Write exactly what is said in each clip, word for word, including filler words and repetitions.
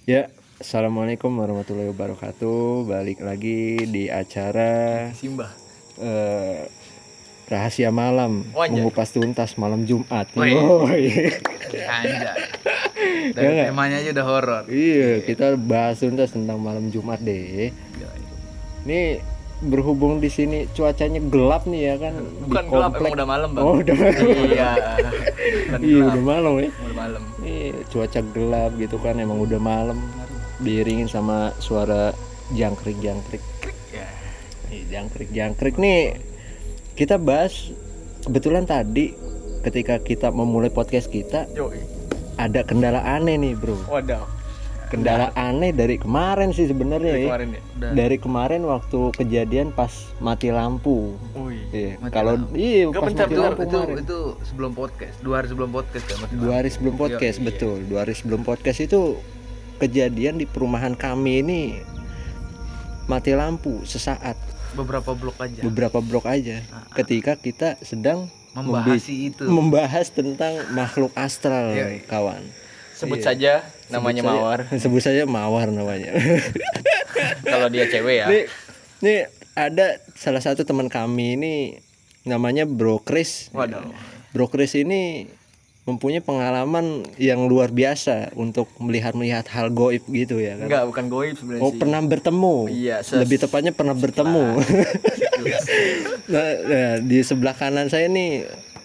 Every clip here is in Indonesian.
Ya, assalamualaikum warahmatullahi wabarakatuh. Balik lagi di acara Simbah eh, Rahasia Malam, Oh, anjay. mengupas tuntas malam Jumat. Oh, iya. Yoi. anjay. Ya Dari nggak? temanya aja udah horor. Iya, kita bahas tuntas tentang malam Jumat deh. Ini berhubung di sini cuacanya gelap nih ya kan. Bukan di gelap, komplek. emang udah malam, Bang. Oh, udah malam. Iya. Bukan Iya, gelap. udah malam ya. Udah malam. Ini cuaca gelap gitu kan, emang udah malam. Diiringin sama suara jangkrik-jangkrik. Ya. Nih, jangkrik-jangkrik nih kita bahas. Kebetulan tadi ketika kita memulai podcast kita Yoi. ada kendala aneh nih bro. Waduh. Kendala aneh dari kemarin sih sebenarnya Dari ya. kemarin ya. Udah. Dari kemarin waktu kejadian pas mati lampu. Wih. Iya. Mati Kalau lampu. iya Enggak, pas bentar, mati bentar. lampu itu kemarin. itu sebelum podcast. Dua hari sebelum podcast kan. mati Dua hari lampu. sebelum podcast, Iya, iya. betul. Dua hari sebelum podcast itu kejadian di perumahan kami ini mati lampu sesaat. Beberapa blok aja. Beberapa blok aja. Ah, ah. Ketika kita sedang Membahas membi- itu. membahas tentang makhluk astral, Iya, iya. kawan. Sebut Iya. saja namanya Sebut saja- Mawar. Sebut saja Mawar namanya. Kalau dia cewek ya. Nih, nih ada salah satu teman kami ini namanya Bro Chris. Waduh. Bro Chris ini mempunyai pengalaman yang luar biasa untuk melihat-melihat hal goib gitu ya kan. Enggak, bukan goib sebenarnya Oh, sih. pernah bertemu. Iya, ses- Lebih tepatnya pernah bertemu. nah, nah, di sebelah kanan saya nih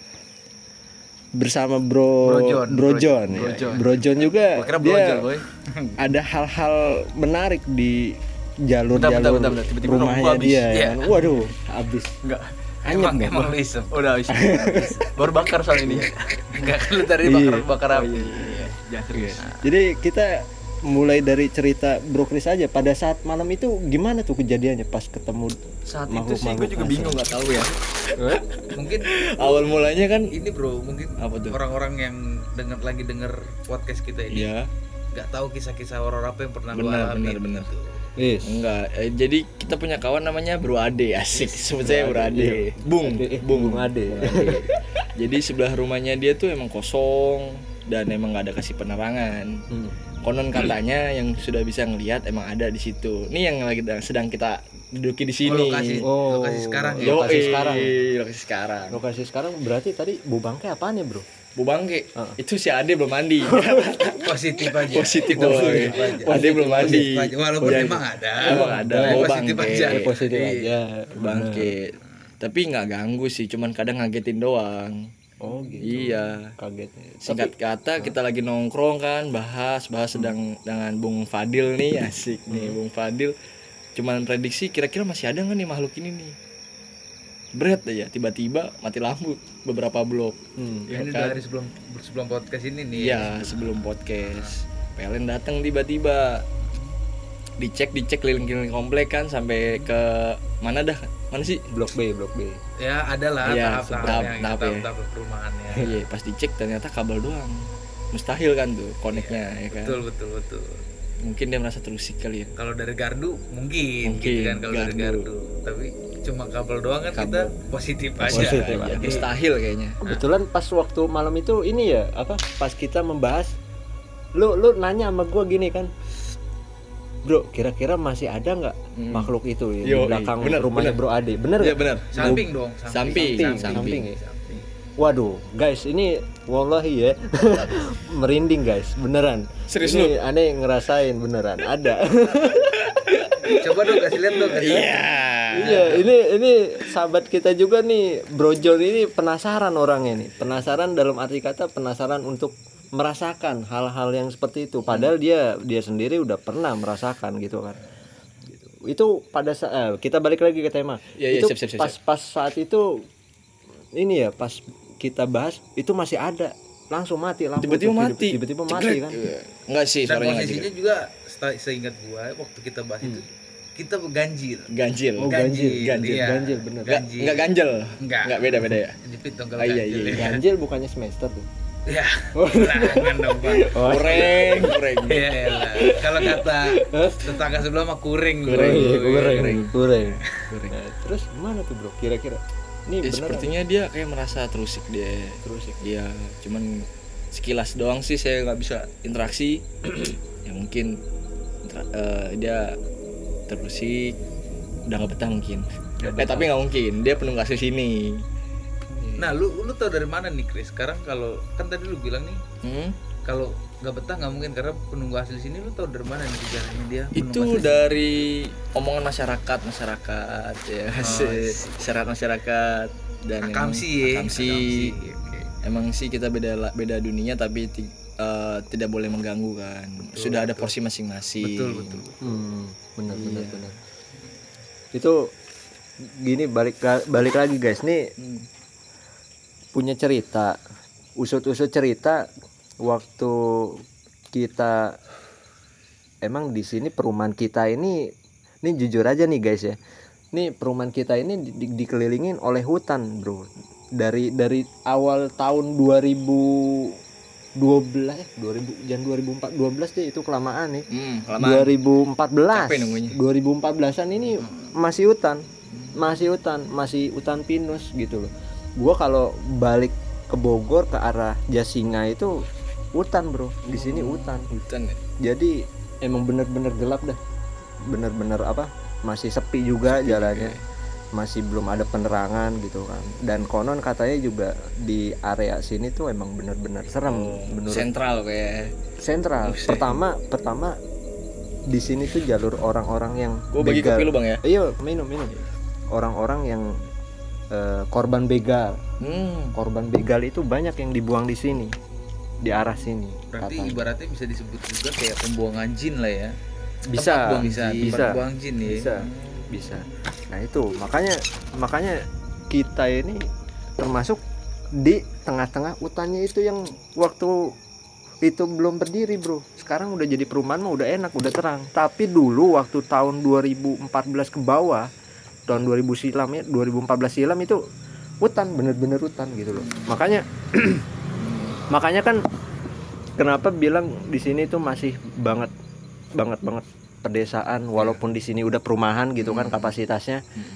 bersama Bro Bro John. Bro John. Bro ya. John. Bro John juga Gua kira dia brojol, boy. ada hal-hal menarik di Bentar, jalur-jalur bentar, bentar, bentar. Tiba-tiba rumahnya rokok habis. dia. Iya. kan. Waduh, habis. Enggak. Anyep Emang dong, emang Bang. lu iseng. Udah habis. Baru bakar soal ini. Enggak kan lu tadi Iya. bakar bakar api. Iya. Jangan serius. Jadi kita mulai dari cerita Bro Chris aja. Pada saat malam itu gimana tuh kejadiannya pas ketemu Saat itu sih makhluk-makhluk gue juga astral? bingung, nggak tahu ya. Mungkin Awal mulanya kan ini bro, mungkin Apa tuh? orang-orang yang denger lagi denger podcast kita ini ya nggak tahu kisah-kisah horor apa yang pernah lu benar alami. benar benar. Yes. Enggak, eh, jadi kita punya kawan namanya Bro Ade, asik. Sebut saya Bro Ade, iya. Ade. Bung, Ade, eh, Bung Bung Ade. Bung Ade. Jadi sebelah rumahnya dia tuh emang kosong dan emang nggak ada kasih penerangan. Hmm. Konon katanya yang sudah bisa ngelihat emang ada di situ. Ini yang lagi sedang kita duduki di sini. Oh, lokasi, Oh. lokasi sekarang ya. Yo, lokasi sekarang. Lokasi sekarang. Lokasi sekarang berarti tadi Bu Bangke apaan ya, Bro? Bu Bangke, Ah. itu si Ade belum mandi. Positif aja. Positif Positif boy. aja. Ade belum mandi. Positif aja. Walaupun Iya. emang ada. Emang ada. Tapi Oh, positif Bangke. aja. Ya, positif Iya. aja. Bangke. Tapi nggak ganggu sih, cuman kadang ngagetin doang. Oh gitu. Iya. Kaget. Singkat kata kita lagi nongkrong kan, bahas bahas sedang dengan Bung Fadil nih, asik nih Bung Fadil. Cuman prediksi kira-kira masih ada nggak nih makhluk ini nih. Berat aja, tiba-tiba mati lampu beberapa blok. Hmm. Ya, ini Kan? dari sebelum sebelum podcast ini nih. Iya, sebelum podcast. P L N datang tiba-tiba. Dicek dicek keliling-keliling komplek kan sampai ke mana dah? Mana sih? Blok B, Blok B. Ya ada lah Iya, tahap-tahapnya, tahap- tahap ya. tahap-tahap perumahannya. Iya, pas dicek ternyata kabel doang. Mustahil kan tuh koneknya ya kan. Betul betul betul. Mungkin dia merasa terusik kali ya. Kalau dari gardu mungkin, Mungkin, gitu kan kalau dari gardu. gardu. Tapi cuma kabel doang kan Kabel. kita positif aja. Positif Iya, aja. mustahil kayaknya. Kebetulan pas waktu malam itu ini ya, apa? Pas kita membahas lu lu nanya sama gua gini kan. Bro, kira-kira masih ada nggak Hmm. makhluk itu ya, Yo, di belakang bener, rumahnya bener. Bro Ade? Bener Iya nggak? benar. Samping dong, Samping, Samping, samping. samping ya. Samping. Waduh, guys, ini wallahi ya merinding guys, beneran. Serius ini aneh ngerasain beneran ada. Coba dong kasih lihat dong. Kasih lihat. Iya. Iya, ini ini sahabat kita juga nih, Bro John ini penasaran orangnya nih. Penasaran dalam arti kata penasaran untuk merasakan hal-hal yang seperti itu. Padahal dia dia sendiri udah pernah merasakan gitu kan. Gitu. Itu pada saat kita balik lagi ke tema. Iya, iya, itu siap, siap, siap, pas pas saat itu ini ya, pas kita bahas itu masih ada. Langsung mati lampu. Tiba-tiba tuh, mati. Tiba-tiba mati Cekrek. kan. Iya. Enggak sih, Dan suaranya enggak posisinya jelas. juga seta- seingat gua waktu kita bahas itu kita ganjil. Ganjil. Oh, ganjil, ganjil. iya. ganjil, bener. Enggak Ganjil. enggak ganjel. Enggak. Enggak beda-beda ya. Jepit dong kalau Ah, iya, ganjil. iya, ya. Ganjil bukannya semester tuh. Ya, jangan dong Bang. Oh, Kureng, kureng. Iya, elah. Kalau kata tetangga sebelah mah kuring. Oh, bro. iya, kurang, kurang. kurang. Kureng. Nah, terus mana tuh bro? Kira-kira? Ini Ya, bener sepertinya dia kayak merasa terusik dia. terus ya. Iya, cuman sekilas doang sih saya nggak bisa interaksi. Ya mungkin mungkin uh, dia terusik udah nggak betah mungkin. Eh tapi nggak mungkin, dia penunggu asli sini. Nah, lu lu tau dari mana nih, Chris? Sekarang kalau kan tadi lu bilang nih, Hmm? kalau nggak betah nggak mungkin karena penunggu asli sini, lu tau dari mana nih sejarahnya dia? penunggu Itu asli sini? dari omongan masyarakat masyarakat ya, Oh, masyarakat masyarakat dan Akamsi emang- ya. Akamsi. Akamsi, oke. Emang sih kita beda beda dunia tapi ti- eh, tidak boleh mengganggu kan. Sudah ada porsi masing-masing. Betul betul. Hmm, benar benar Iya. benar. Itu gini balik balik lagi guys, nih Hmm. punya cerita, usut-usut cerita waktu kita emang di sini perumahan kita ini, ini jujur aja nih guys ya, nih perumahan kita ini di, di- dikelilingin oleh hutan bro, dari dari awal tahun dua ribu dua belas eh dua ribu jangan dua ribu empat dua belas deh, itu kelamaan nih. Hmm, dua kelamaan. ribu empat belas Capek nunggunya. dua ribu empat belasan ini masih hutan, masih hutan, masih hutan pinus gitu loh. Gua kalau balik ke Bogor ke arah Jasinga itu hutan bro, di sini hutan. Hutan ya. Jadi emang bener-bener gelap dah, bener-bener apa, masih sepi juga jalannya, masih belum ada penerangan gitu kan. Dan konon katanya juga di area sini tuh emang bener-bener serem, menurut Sentral kayak. sentral. Buset. Pertama, pertama di sini tuh jalur orang-orang yang Gue bagi begal. kopi lu bang ya. Iya, minum minum. Orang-orang yang eh, korban begal, Hmm. korban begal itu banyak yang dibuang di sini, di arah sini. Berarti katanya. ibaratnya bisa disebut juga kayak pembuangan jin lah ya. Bisa, Tempat buang, bisa, bisa, tempat buang jin ya. bisa, bisa. Nah itu makanya makanya kita ini termasuk di tengah-tengah hutannya itu yang waktu itu belum berdiri bro. Sekarang udah jadi perumahan mah udah enak, udah terang. Tapi dulu waktu tahun dua ribu empat belas ke bawah, tahun dua ribu silam ya, dua ribu empat belas silam itu hutan, bener-bener hutan gitu loh. Makanya makanya kan kenapa bilang di sini tuh masih banget banget banget pedesaan, walaupun di sini udah perumahan gitu kan kapasitasnya.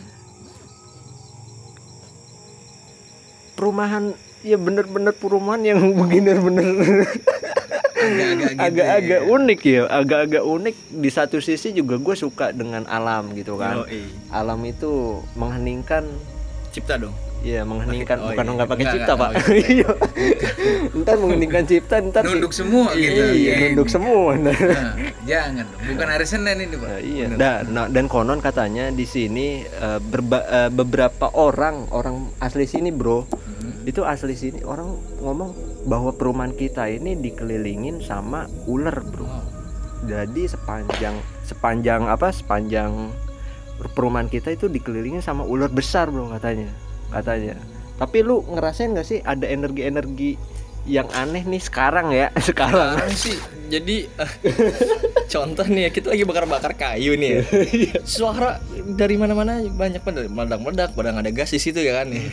Perumahan ya bener-bener perumahan yang bener-bener Agak-agak gitu agak-agak ya. unik ya, agak-agak unik. Di satu sisi juga gue suka dengan alam gitu kan. Yoi. Alam itu mengheningkan, Cipta dong. ya mengheningkan, Oh, bukan iya. nggak pakai Enggak, cipta enggak. pak. Iya. Ntar mengheningkan cipta, ntar sih- Nunduk semua gitu. Iya, nunduk semua. Nah, jangan dong. Bukan hari Senin ini, Pak. Nah, iya. Da- nah, dan konon katanya di sini eh, berba- eh, beberapa orang orang asli sini bro, itu asli sini orang ngomong bahwa perumahan kita ini dikelilingin sama ular bro. Jadi sepanjang sepanjang apa sepanjang perumahan kita itu dikelilingin sama ular besar bro katanya, katanya. Tapi lu ngerasain nggak sih ada energi-energi yang aneh nih sekarang ya sekarang? Sekarang sih jadi eh, contoh nih ya, kita lagi bakar-bakar kayu nih ya. Suara dari mana-mana banyak banget, meledak-meledak, pada nggak ada gas di situ ya kan nih.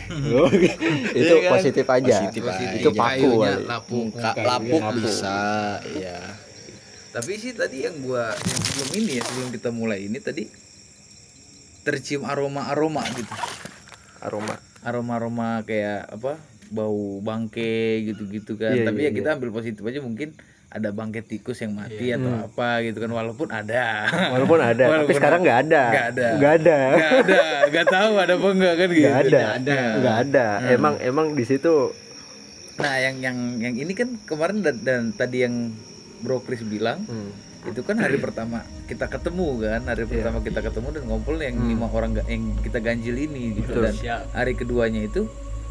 Itu Iya kan? positif aja. Positif Positif. Itu aja. paku Kayunya kali. lapuk. Ka- Kayu. lapuk Lapuk. bisa, ya. Tapi sih tadi yang gua yang sebelum ini ya, sebelum kita mulai ini tadi tercium aroma-aroma gitu. Aroma. Aroma-aroma kayak apa? Bau bangke gitu-gitu kan. Iya, Tapi iya, ya kita iya. ambil positif aja, mungkin ada bangke tikus yang mati atau Hmm. apa gitu kan, walaupun ada. Walaupun ada, tapi Walaupun sekarang nggak ada. Nggak ada. Nggak ada. Nggak ada, nggak tahu ada apa enggak kan gitu. Nggak ada. Tidak ada. Nggak ada. Hmm. Emang emang di situ. Nah, yang yang yang ini kan kemarin dan, dan tadi yang Bro Chris bilang Hmm. itu kan hari pertama kita ketemu kan, hari Iya. pertama kita ketemu dan ngobrol yang Hmm. lima orang ga- yang kita ganjil ini gitu. Betul. Dan hari keduanya itu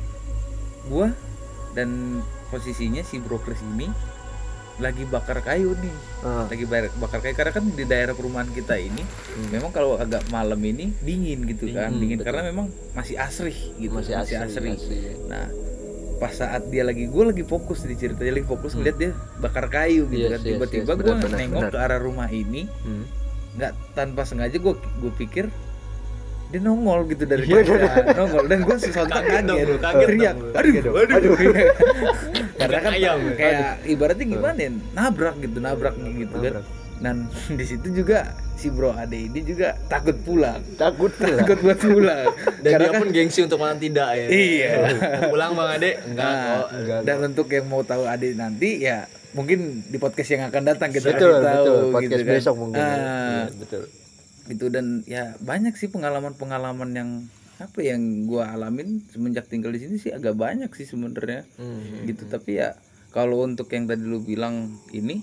gua dan posisinya si Bro Chris ini lagi bakar kayu nih, Ah, lagi bayar- bakar kayu karena kan di daerah perumahan kita ini hmm. memang kalau agak malam ini dingin gitu kan, Dingin, dingin betul. karena memang masih asri gitu, Masih asri, asri. Nah, pas saat dia lagi, gue lagi fokus di ceritanya, lagi fokus Hmm. ngeliat dia bakar kayu gitu Yes, kan, yes, tiba-tiba yes, gue benar, benar, nengok benar. ke arah rumah ini, Hmm. nggak tanpa sengaja gue gue pikir dia nongol gitu dari Iya, kaca, nongol, dan gue sontak Kaget dong, kaget, bro, kaget teriak, dong, bro. aduh, Kaget dong. aduh, karena kan Ayam, kayak ibaratnya gimana ya, nabrak gitu, nabrak gitu kan, Nabrak. Dan di situ juga si bro Ade ini juga takut pulang. Takut Takut buat pulang. Dan Karena dia kan pun gengsi untuk malam tidak ya. Iya. Pulang Bang Ade? Enggak Nah, kok. enggak dan untuk yang mau tahu Ade nanti ya mungkin di podcast yang akan datang kita betul kasih tahu betul gitu podcast kan. besok mungkin. Ah, Iya, betul. Gitu dan ya banyak sih pengalaman-pengalaman yang apa yang gua alamin semenjak tinggal di sini sih agak banyak sih sebenarnya. Hmm. Gitu tapi ya kalau untuk yang tadi lu bilang ini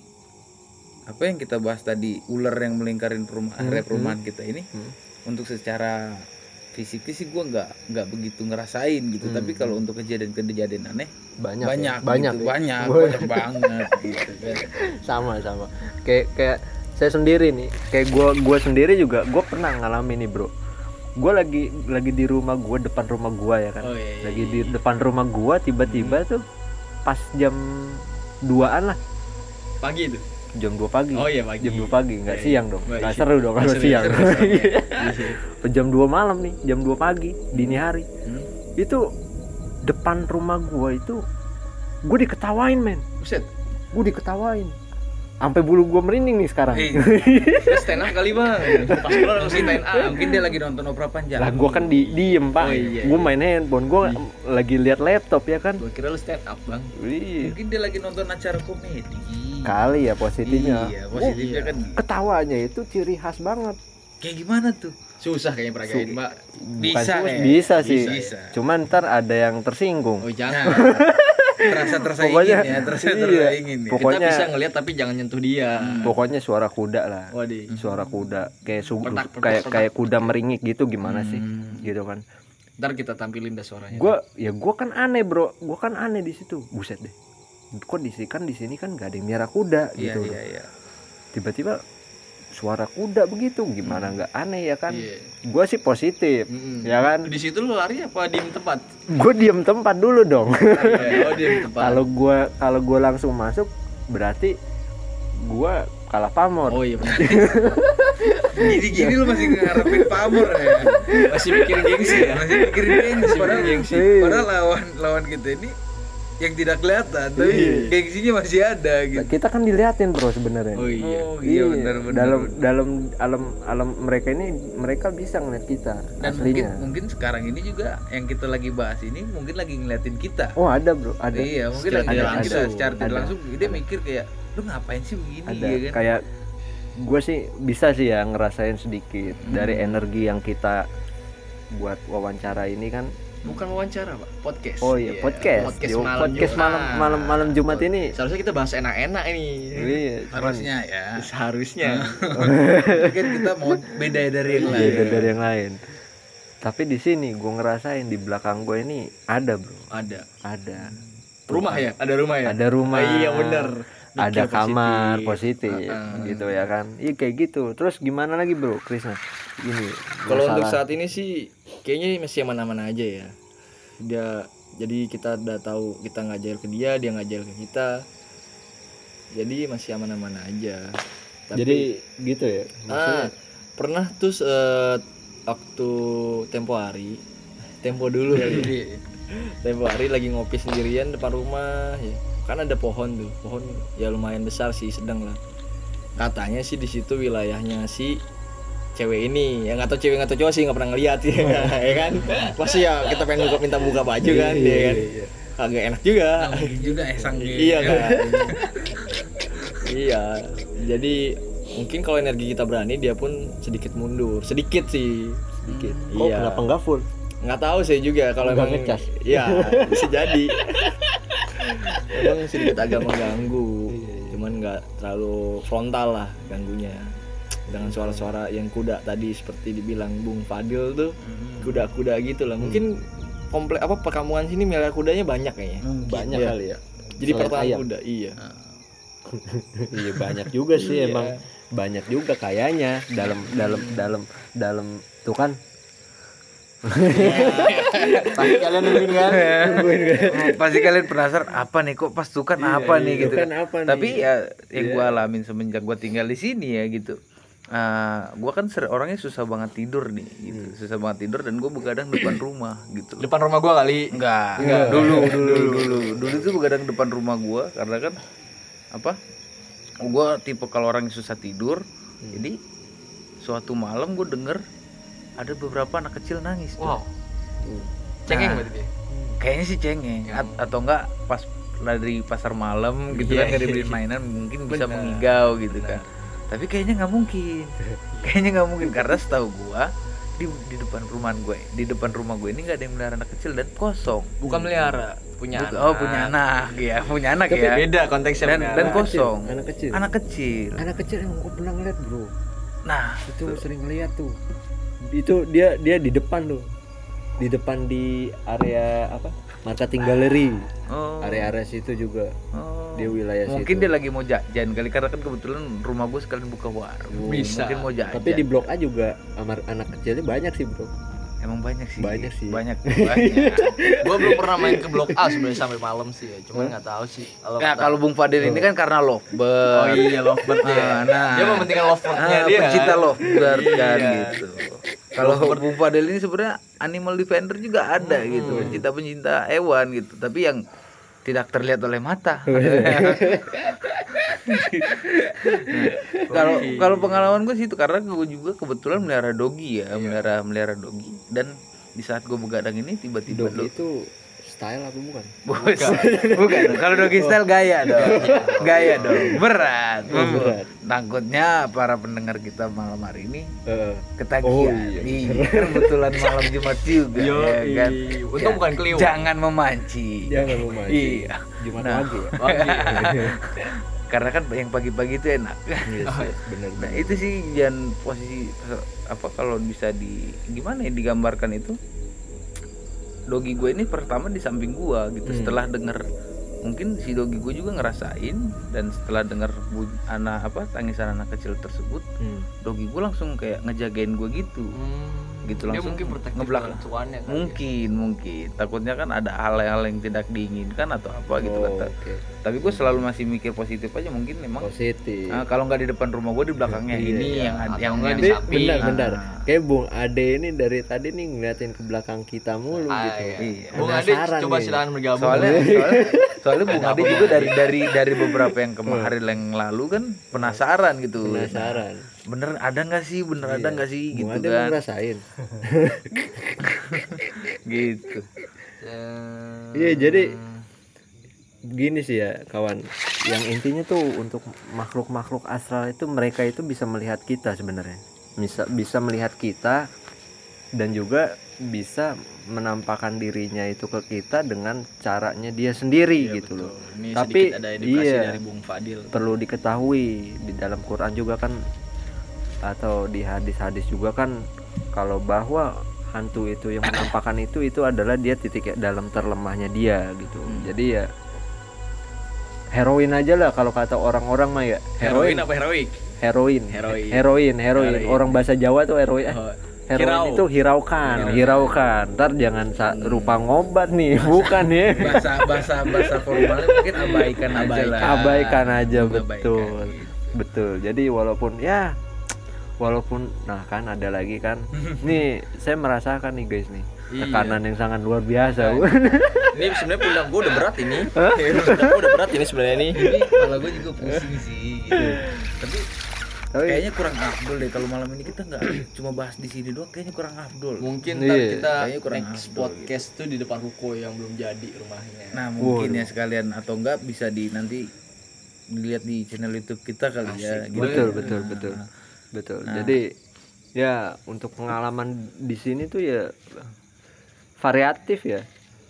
apa yang kita bahas tadi ular yang melingkarin perumah, area perumahan kita ini Hmm. untuk secara fisiknya sih gua nggak nggak begitu ngerasain gitu tapi kalau untuk kejadian-kejadian aneh Banyak banyak ya? banyak gitu, ya? banyak Wah. banyak banget gitu kan. sama sama kayak kayak saya sendiri nih kayak gua gua sendiri juga gua pernah ngalamin nih bro. Gua lagi lagi di rumah gua, depan rumah gua ya kan. Oh, iya, iya, Lagi di depan rumah gua tiba-tiba tuh pas jam duaan lah, Pagi itu. jam dua pagi. Oh iya, pagi. Jam dua pagi, nggak Iya, siang iya. dong. Nggak Nggak siang. seru dong kalau Nggak seru, siang. nggak seru, Iya. Jam dua malam nih, jam dua pagi, dini hari. Hmm. Itu depan rumah gua itu gua diketawain, men. Buset. Gua diketawain. Sampai bulu gua merinding nih sekarang. Eh, Terus stand up kali Bang. Pas keluar langsung stand up. mungkin dia lagi nonton opera panjang. Lah gua kan di diem, Pak. Oh, iya, Gua iya. main handphone, gua lagi lihat laptop ya kan. Gua kira lu stand up Bang. Wih, Mungkin dia lagi nonton acara komedi. kali ya positifnya. Iya, positifnya iya. kan Ketawanya itu ciri khas banget. kayak gimana tuh? Susah kayaknya peragain, Mbak. Bukan Bisa, sus- ya? bisa sih. Bisa. Cuman ntar ada yang tersinggung. Oh, Nah, jangan. terasa tersaingin Pokoknya- ya, terasa iya. tersaingin ya. Pokoknya- Kita bisa ngelihat tapi jangan nyentuh dia. Pokoknya suara kuda lah. Waduh. Suara kuda kayak su- Pertak, pertak, kayak pertak. kayak kuda meringik gitu gimana sih? Hmm. Gitu kan. Ntar kita tampilin dah suaranya. Gua ya gua kan aneh, Bro. Gua kan aneh di situ. Buset deh. Kok di sini kan di sini kan gak ada yang miara kuda Iya, gitu. iya, iya. Tiba-tiba suara kuda begitu gimana nggak aneh ya kan? Iya. Gua sih positif. Mm-mm. Ya kan? Di situ lu lari apa diem tempat? Gue diem tempat dulu dong. Iya, oh diem tempat. Kalau gua kalau gua langsung masuk berarti gua kalah pamor. Oh iya benar. Gini-gini lu masih ngarepin pamor ya. Masih mikirin gengsi ya. Masih mikirin gengsi padahal, gengsi. Iya. padahal lawan lawan kita ini yang tidak kelihatan tapi Iya. gengsinya masih ada gitu. Kita kan diliatin bro sebenarnya. Oh iya. Oh iya benar benar. Dalam dalam alam alam mereka ini mereka bisa ngeliat kita Dan mungkin aslinya. mungkin sekarang ini juga yang kita lagi bahas ini mungkin lagi ngeliatin kita. Oh ada bro, ada. Iya, mungkin Secara lagi tidak ngeliatin kita langsung. secara tidak Ada. langsung dia mikir kayak lu ngapain sih begini Ada ya kan? kayak gue sih bisa sih ya ngerasain sedikit dari energi yang kita buat wawancara ini kan. Bukan wawancara, Pak. Podcast. Oh iya, podcast. Podcast Yo, malam podcast Jumat. malam malam malam Jumat ini. Seharusnya kita bahas enak-enak ini. Iya, cuman Harusnya ya. Seharusnya. Mungkin kita mau beda dari yang lain. beda dari yang lain. Tapi di sini gue ngerasain di belakang gue ini ada bro, Ada. ada. Rumah ya? Ada rumah ya? Ada rumah. Oh, iya bener. Ada Mikir kamar positif. positif, Uh-uh. gitu ya kan. Iya kayak gitu. Terus gimana lagi bro, Krisna? Ini Kalau untuk masalah- saat ini sih kayaknya masih aman-aman aja ya. Dia jadi kita udah tahu kita nggak jail ke dia, dia nggak jail ke kita. Jadi masih aman-aman aja. Tapi, Jadi gitu ya. Maksudnya ah, pernah tuh eh, waktu tempo hari, tempo dulu kali ya. Jadi, Tempo hari lagi ngopi sendirian depan rumah ya. Kan ada pohon tuh, pohon ya lumayan besar sih, sedang lah. Katanya sih di situ wilayahnya si cewek ini, yang nggak tahu cewek nggak tahu cowok sih nggak pernah ngeliat ya, ya kan? Pasti ya kita pengen buka minta buka baju kan, ya kan? Agak enak juga. nah, mungkin juga esang gitu. Iya kan? Iya. Jadi mungkin kalau energi kita berani, dia pun sedikit mundur, sedikit sih, sedikit. kok Iya. kenapa nggak full? Nggak tahu saya juga kalau Nggak emang ngecas. Iya, bisa jadi. Emang sedikit agak mengganggu. Cuman nggak terlalu frontal lah ganggunya. Dengan suara-suara yang kuda tadi seperti dibilang Bung Fadil tuh, kuda-kuda gitu lah. Mungkin komplek apa perkampungan sini miara kudanya banyak kayaknya. Banyak Iya. kali ya. Jadi Selain pertanyaan ayam. kuda, iya. Iya banyak juga sih Iya. emang banyak juga kayaknya dalam dalam dalam dalam tuh kan. Pasti kalian nungguin kan? Nungguin kan? Pasti kalian penasaran apa nih kok pasukan apa Iya, nih iya, gitu. kan apa nih? Tapi ya yang gua alamin semenjak gua tinggal di sini ya gitu. Ah, gua kan ser- orangnya susah banget tidur nih gitu. Susah banget tidur dan gua begadang depan rumah gitu. Depan rumah gua kali. Enggak, dulu dulu dulu dulu tuh begadang depan rumah gua karena kan apa gue tipe kalau orang yang susah tidur. Hmm. Jadi suatu malam gue denger ada beberapa anak kecil nangis. Wow. Tuh. Cengeng Nah, berarti dia. kayaknya sih cengeng. A- atau enggak pas dari pasar malam gitu Iya, kan nggak iya, dibeliin iya. mainan mungkin bisa Benar. mengigau gitu Benar. kan. Tapi kayaknya nggak mungkin. Kayaknya nggak mungkin karena setahu gua di di depan rumah gue, di depan rumah gue ini nggak ada yang melihara anak kecil dan kosong. Bukan melihara, punya Bukan- anak. Oh punya anak ya, punya anak Tapi ya. Beda konteksnya Dan melihara. dan kosong. Anak kecil. Anak kecil. Anak kecil yang gue pernah ngeliat bro. Nah Itu sering lihat tuh. Itu dia dia di depan tuh. Di depan di area apa? Marketing Gallery. oh, Area-area situ juga. oh. Di wilayah Mungkin situ. dia lagi mau jajan kali karena kan kebetulan rumah gue sekalian buka warung. Bisa. Mungkin mau jajan. Tapi di Blok A juga amar anak kecilnya banyak sih bro. Emang banyak sih. Banyak sih. Banyak. banyak. Gua belum pernah main ke Blok A sebenarnya sampai malam sih ya. Cuman nggak tahu sih. Kalau Nah, kalau Bung Fadil ini kan karena lovebird. Oh iya lovebird ya. Nah, Dia mementingkan lovebirdnya ah, dia. pencinta lovebird kan Iya. gitu. Kalau Bung Fadil ini sebenarnya animal defender juga ada gitu, pencinta-pencinta hewan gitu, tapi yang tidak terlihat oleh mata. Kalau kalau pengalaman gue sih itu karena gue juga kebetulan melihara dogi ya, melihara melihara dogi dan di saat gue begadang ini tiba-tiba Dog itu style apa bukan? Bukan, bukan. Kalau doggy style gaya dong, gaya dong, berat, Oh, berat. Takutnya para pendengar kita malam hari ini Heeh. ketagihan. Oh, iya. Iya, kan kebetulan malam Jumat juga, Yo, ya kan. untung bukan keliwat. Jangan memancing. Jangan memancing. Iya. Jumat Nah. pagi ya. Karena kan yang pagi-pagi itu enak. Iya sih, benar. Nah itu sih jangan posisi apa kalau bisa di gimana ya digambarkan itu. Dogi gue ini pertama di samping gue gitu. Hmm. Setelah denger mungkin si dogi gue juga ngerasain dan setelah denger bu, anak apa tangisan anak kecil tersebut, Hmm. dogi gue langsung kayak ngejagain gue gitu. Gitu Dia langsung mungkin protektif ngebelakang. dengan tuannya kali ya. Mungkin mungkin takutnya kan ada hal-hal yang tidak diinginkan atau apa gitu Oh, kan. oke. Tapi gue selalu masih mikir positif aja mungkin memang. Positif. Nah, kalau nggak di depan rumah gue di belakangnya Iya, ini iya. yang Atau yang nggak yang di Ini samping. benar Ah. benar. Kayak Bung Ade ini dari tadi nih ngeliatin ke belakang kita mulu Ah, gitu. iya. Iya. Bung Ade Penasaran coba nih. silakan bergabung. soalnya soalnya soalnya Bung Ada Ade apa, juga Bung dari Ade? dari dari beberapa yang kemarin yang lalu kan penasaran gitu. Penasaran. Nah, bener ada nggak sih bener ada nggak sih Bung gitu Ade mau kan ngerasain. gitu. Eh, Iya, jadi gini sih ya kawan, yang intinya tuh untuk makhluk-makhluk astral itu mereka itu bisa melihat kita sebenarnya, bisa bisa melihat kita dan juga bisa menampakkan dirinya itu ke kita dengan caranya dia sendiri iya, gitu betul. loh. Ini Tapi, sedikit ada edukasi iya. dari Bung Fadil. Perlu diketahui di dalam Quran juga kan atau di hadis-hadis juga kan kalau bahwa hantu itu yang menampakkan itu itu adalah dia titik dalam terlemahnya dia gitu. Hmm. Jadi ya heroin aja lah kalau kata orang-orang mah ya. Heroin apa heroik? Heroin. Heroin. Heroin, heroin. Heroin. Orang bahasa Jawa tuh heroin. Oh, Heroin hirau. itu hiraukan, Hiraukan. hiraukan. Ntar jangan sa- rupa ngobat nih, bukan ya. bahasa bahasa bahasa formalnya mungkin abaikan aja lah. Abaikan aja, Abaikan, betul. gitu. Betul. Jadi walaupun ya walaupun nah kan ada lagi kan. Nih saya merasakan nih guys nih Iya. tekanan yang sangat luar biasa. Ini sebenarnya pundak gue udah berat ini. Pundak gue udah berat ini sebenarnya ini. Ini kepala gue juga pusing sih gitu. Tapi Tapi kayaknya kurang afdol deh kalau malam ini kita nggak cuma bahas di sini doang, kayaknya kurang afdol. Mungkin Iya. ntar kita Kayaknya kurang next afdol podcast tuh di depan ruko yang belum jadi rumahnya. Nah mungkin Waduh. ya sekalian atau enggak bisa di nanti dilihat di channel YouTube kita kali ya. Asik. Gitu. betul Nah, betul betul. Betul. Nah. Jadi ya untuk pengalaman di sini tuh ya variatif ya.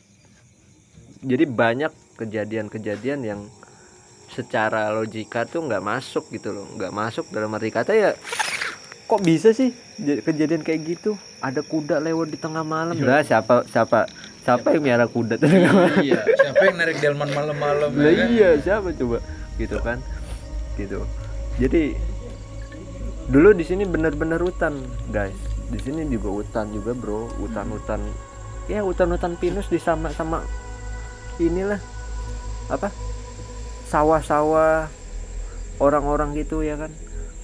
Jadi banyak kejadian-kejadian yang secara logika tuh nggak masuk gitu loh, nggak masuk dalam arti kata ya. Kok bisa sih j- kejadian kayak gitu? Ada kuda lewat di tengah malam. Lah siapa siapa siapa yang miara kuda di tengah malam? Iya. Siapa yang narik delman malam-malam Lah ya kan? iya siapa coba gitu kan gitu. Jadi dulu di sini benar-benar hutan guys, di sini juga hutan juga bro, hutan-hutan ya hutan-hutan pinus disama sama inilah apa sawah-sawah orang-orang gitu ya kan.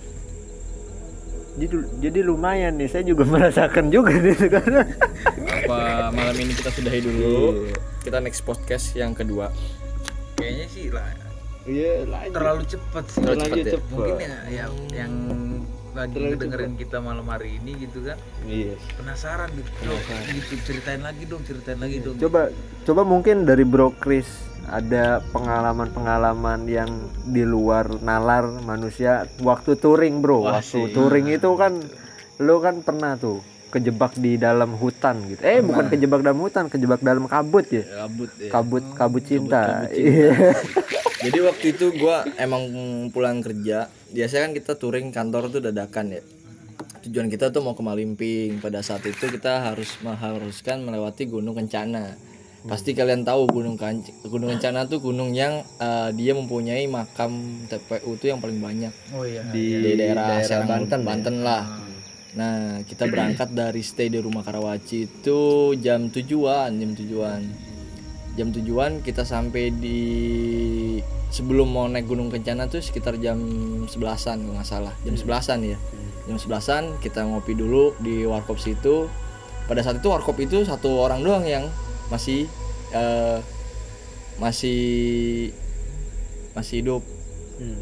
Jadi jadi lumayan nih, saya juga merasakan juga nih karena Apa malam ini kita sudahi dulu. Kita next podcast yang kedua. Kayaknya sih lah Iya, lanjut. terlalu cepat sih. Terlalu cepet ya? cepet. Mungkin ya, ya yang lagi Terlalu ngedengerin kita malam hari ini gitu kan, Iya. penasaran gitu. Penasaran. Gitu ceritain lagi dong, ceritain lagi dong. Coba coba mungkin dari Bro Chris ada pengalaman-pengalaman yang di luar nalar manusia waktu touring, Bro. Wah, Waktu sih. touring itu kan lu kan pernah tuh kejebak di dalam hutan gitu. Eh, bukan kejebak dalam hutan, kejebak dalam kabut ya. Kabut ya. Kabut kabut cinta. kabut cinta. Iya. Jadi waktu itu gua emang pulang kerja. Biasanya kan kita touring kantor tuh dadakan ya. Tujuan kita tuh mau ke Malimping. Pada saat itu kita harus mengharuskan melewati Gunung Kencana. Pasti kalian tahu Gunung Kan- Gunung Kencana tuh gunung yang eh, dia mempunyai makam T P U tuh yang paling banyak Oh iya. Di, di daerah, daerah Serang, Banten, Banten, ya? lah. Nah, kita berangkat dari stay di rumah Karawaci itu jam tujuan, jam tujuan. Jam tujuan kita sampai di sebelum mau naik Gunung Kencana tuh sekitar jam sebelasan kalau nggak salah. Jam sebelasan ya. Jam sebelasan kita ngopi dulu di warkop situ. Pada saat itu warkop itu satu orang doang yang masih eh, masih masih hidup. Hmm.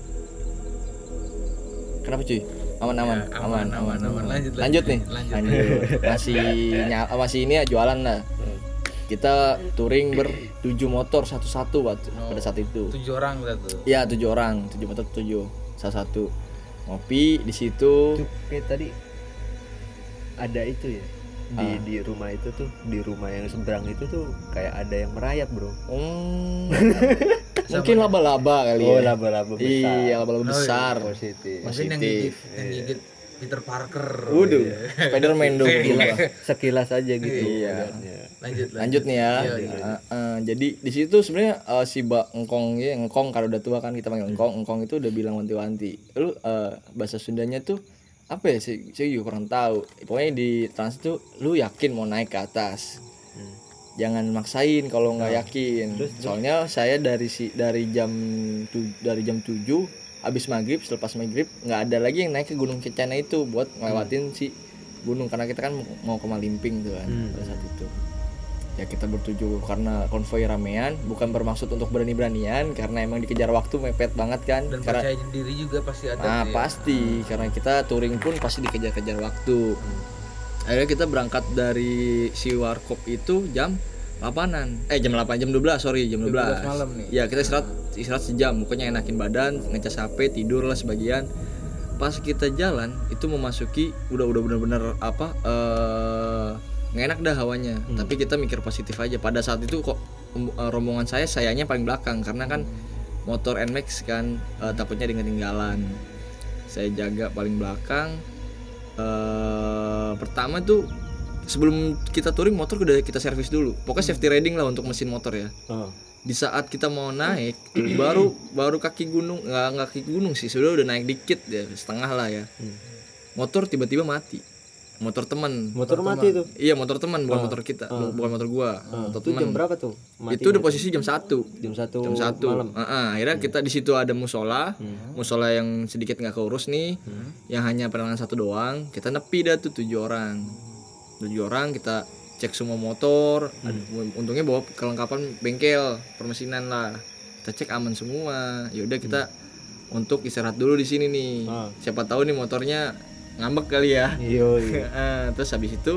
Kenapa cuy? Aman aman Ya, aman aman aman. Lanjut, lanjut lanjut, nih lanjut. lanjut. masih ny- masih ini ya jualan lah. Kita touring bertujuh motor satu-satu waktu- pada saat itu. Tujuh orang tuh. Ya tujuh orang, tujuh motor tujuh, salah satu ngopi di situ. Itu kayak tadi ada itu ya. Di Ah. di rumah itu tuh, di rumah yang seberang itu tuh kayak ada yang merayap, Bro. Hmm, mungkin laba-laba kali Oh, ya. laba-laba besar. Iya laba-laba Oh, iya. besar. Positif. Mungkin yang Positif. gigit, yang gigit Peter Parker. Waduh, Spiderman dong gila. Sekilas aja gitu. Iya. lihatnya. Lanjut, Lanjut nih ya. Iya, Uh, uh, jadi di situ sebenarnya uh, si Mbak Engkong ya, Engkong kalau udah tua kan kita panggil Engkong. Engkong itu udah bilang wanti-wanti. Lu uh, bahasa Sundanya tuh apa ya sih? Saya juga kurang tahu. Pokoknya di trans itu lu yakin mau naik ke atas. Jangan maksain kalau nggak yakin. Soalnya saya dari si dari jam tu, dari jam tujuh habis maghrib, selepas maghrib nggak ada lagi yang naik ke Gunung Kencana itu buat ngelewatin si gunung karena kita kan mau ke Malimping tuh kan pada saat itu. Ya kita bertujuh karena konvoy ramean, bukan bermaksud untuk berani-beranian karena emang dikejar waktu mepet banget kan. Dan Karena percaya diri juga pasti ada. nah tuh ya. pasti karena kita touring pun pasti dikejar-kejar waktu. Akhirnya kita berangkat dari si warkop itu jam delapanan. Eh jam delapan, jam dua belas, sorry, jam dua belas. dua belas malam nih. Ya, kita istirahat istirahat sejam, pokoknya enakin badan, ngecas H P, tidur lah sebagian. Pas kita jalan itu memasuki udah udah bener-bener apa eh nggak enak dah hawanya. Tapi kita mikir positif aja. Pada saat itu kok em- eh, rombongan saya sayanya paling belakang karena kan motor N Max kan eh, takutnya dia ketinggalan. Saya jaga paling belakang. Eh pertama tuh sebelum kita touring motor udah kita servis dulu. Pokoknya safety riding lah untuk mesin motor ya. Oh. Di saat kita mau naik baru baru kaki gunung nggak nggak kaki gunung sih sudah udah naik dikit ya setengah lah ya. Motor tiba-tiba mati. Motor teman. Motor mati tuh. Iya motor teman bukan motor kita, bu- bukan motor gua. Motor Itu jam teman. berapa tuh? Mati Itu udah posisi jam satu. jam satu Jam satu malam. Heeh, akhirnya kita di situ ada musola, musola yang sedikit nggak keurus nih, yang hanya penerangan satu doang. Kita nepi dah tuh tujuh orang, tujuh orang kita cek semua motor. Ad- Untungnya bawa kelengkapan bengkel, permesinan lah. Kita cek aman semua. Ya udah kita untuk istirahat dulu di sini nih. Ah. Siapa tahu nih motornya ngambek kali ya. Iya, iya. Eh, terus habis itu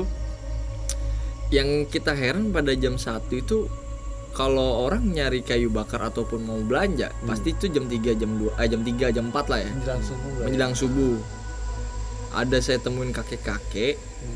yang kita heran pada jam satu itu kalau orang nyari kayu bakar ataupun mau belanja pasti itu jam tiga jam dua eh, jam tiga jam empat lah ya Menjelang subuh lah. menjelang subuh. Ada saya temuin kakek-kakek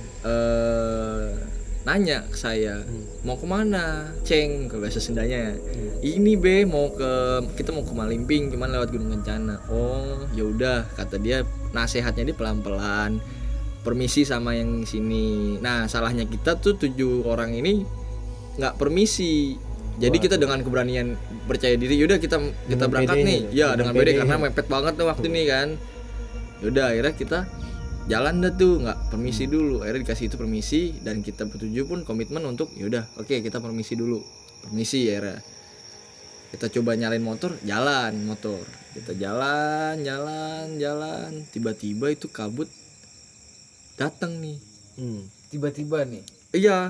eh nanya ke saya mau kemana ceng ke bahasa Sundanya. Ini be mau ke kita mau ke Malimping cuman lewat Gunung Kencana. Oh ya udah kata dia, nasehatnya dia pelan-pelan permisi sama yang sini. Nah salahnya kita tuh tujuh orang ini nggak permisi. Jadi kita dengan keberanian percaya diri yaudah kita kita Dengan berangkat pedenya nih tuh, ya dengan dengan pede pedenya. karena mepet banget tuh waktu nih kan. Yaudah akhirnya kita jalan dah tuh nggak permisi dulu. Akhirnya dikasih itu permisi dan kita bertujuh pun komitmen untuk yaudah oke kita permisi dulu. Permisi ya akhirnya. Kita coba nyalain motor, jalan motor. Kita jalan, jalan, jalan. Tiba-tiba itu kabut datang nih. Hmm. Tiba-tiba nih. Iya,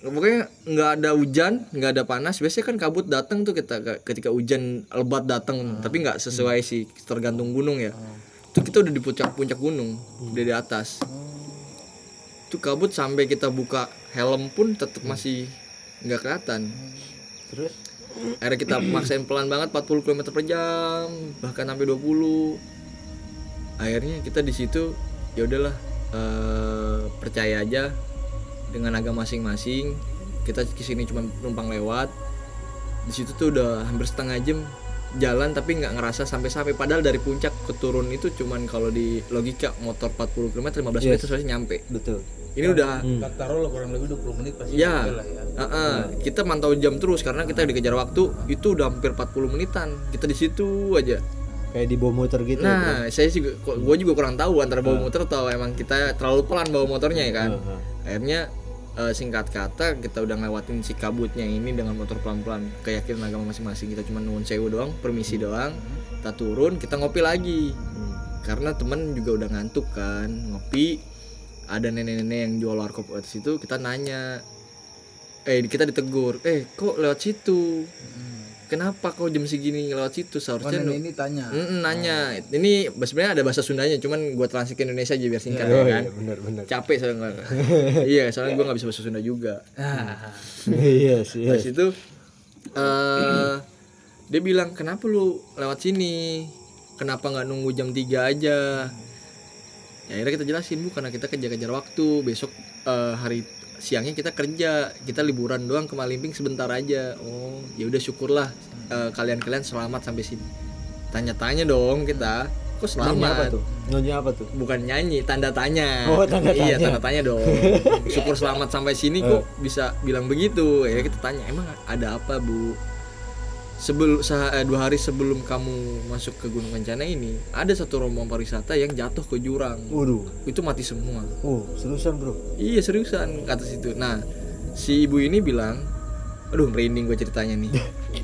pokoknya nggak ada hujan, nggak ada panas. Biasanya kan kabut datang tuh kita ketika hujan lebat datang, hmm. tapi nggak sesuai hmm. sih, tergantung gunung ya. Hmm. Tuh kita udah di puncak-puncak gunung, hmm. udah di atas. Hmm. Tuh kabut sampai kita buka helm pun tetap hmm. masih nggak kelihatan. Hmm. Terus akhirnya kita maksain pelan banget empat puluh kilometer per jam, bahkan sampai dua puluh. Akhirnya kita di situ ya udahlah, uh, percaya aja dengan agama masing-masing. Kita kesini cuma numpang lewat. Di situ tuh udah hampir setengah jam jalan tapi nggak ngerasa sampai-sampai. Padahal dari puncak ke turun itu cuman kalau di logika motor empat puluh kilometer lima belas yes. menit sudah nyampe. Betul. Ini nah, udah hmm. taruh lah kurang lebih dua puluh menit pasti ya. Lah ya. Uh-uh. Nah. Kita mantau jam terus karena kita dikejar waktu. Itu udah hampir empat puluh menitan. Kita di situ aja. Kayak di bawa motor gitu. Nah, ya, saya juga gue juga kurang tahu antara bawa motor atau emang kita terlalu pelan bawa motornya ya kan. Uh-huh. Akhirnya Uh, singkat kata kita udah ngelewatin si kabutnya ini dengan motor pelan-pelan, keyakinan agama masing-masing. Kita cuma nuwun sewu doang, permisi doang, kita turun, kita ngopi lagi hmm. karena temen juga udah ngantuk kan, ngopi. Ada nenek-nenek yang jual warkop di situ, kita nanya, eh kita ditegur, eh kok lewat situ? Hmm. Kenapa kau jam segini lewat situ? Seharusnya oh, ini tanya. Mm, nanya. Oh. Ini sebenarnya ada bahasa Sundanya, cuman gue translate ke Indonesia aja biar singkat yeah, ya kan. Iya, benar, benar. Capek soalnya. Iya, soalnya gue nggak bisa bahasa Sunda juga. Iya sih. Pas itu uh, dia bilang, kenapa lu lewat sini? Kenapa nggak nunggu jam tiga aja? Ya akhirnya kita jelasin, bu karena kita kejar-kejar waktu. Besok uh, hari siangnya kita kerja, kita liburan doang ke Malimping sebentar aja. Oh, ya udah syukurlah uh, kalian-kalian selamat sampai sini. Tanya-tanya dong kita, kok selamat? Nyanyi apa tuh? Nyanyi apa tuh? Bukan nyanyi, tanda tanya. Oh, tanda tanya. Iya, tanda tanya dong. Syukur selamat sampai sini kok bisa bilang begitu. Ya kita tanya, emang ada apa, Bu? Sebelum eh, dua hari sebelum kamu masuk ke Gunung Kencana ini, ada satu rombongan pariwisata yang jatuh ke jurang. Waduh, itu mati semua. Oh, seriusan, Bro? Iya, seriusan kata situ. Nah, si ibu ini bilang, aduh merinding gue ceritanya nih.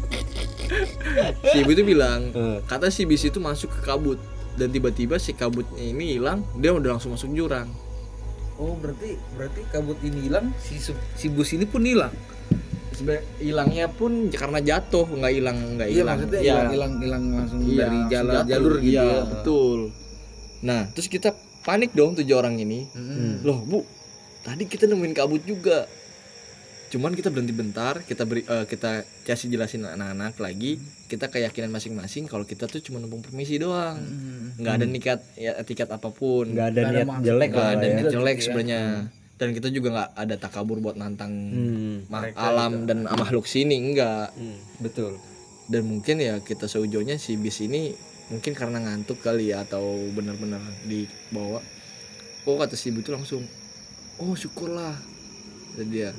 Si ibu itu bilang, kata si bis itu masuk ke kabut dan tiba-tiba si kabutnya ini hilang, dia udah langsung masuk jurang. Oh, berarti berarti kabut ini hilang, si si bus ini pun hilang. Hilangnya pun karena jatuh, nggak hilang nggak hilang. Iya, maksudnya hilang hilang hilang langsung iya, dari jalan jatuh, jalur gitu. Iya, ya. Betul. Nah, terus kita panik dong tujuh orang ini. Hmm. Loh, Bu, tadi kita nemuin kabut juga. Cuman kita berhenti bentar, kita beri uh, kita kasih jelasin anak-anak lagi, kita keyakinan masing-masing kalau kita tuh cuma numpang permisi doang. Hmm. Nggak ada niat ya etikat apapun. Nggak ada niat jelek nggak lah ada ya. niat jelek ya. sebenarnya. Hmm. Dan kita juga nggak ada takabur buat nantang hmm, ma- alam juga. Dan makhluk sini enggak. Hmm, betul. Dan mungkin ya kita seujohnya si bis ini mungkin karena ngantuk kali ya atau benar-benar dibawa. Oh kata si ibu itu langsung, oh syukurlah. Jadi dia,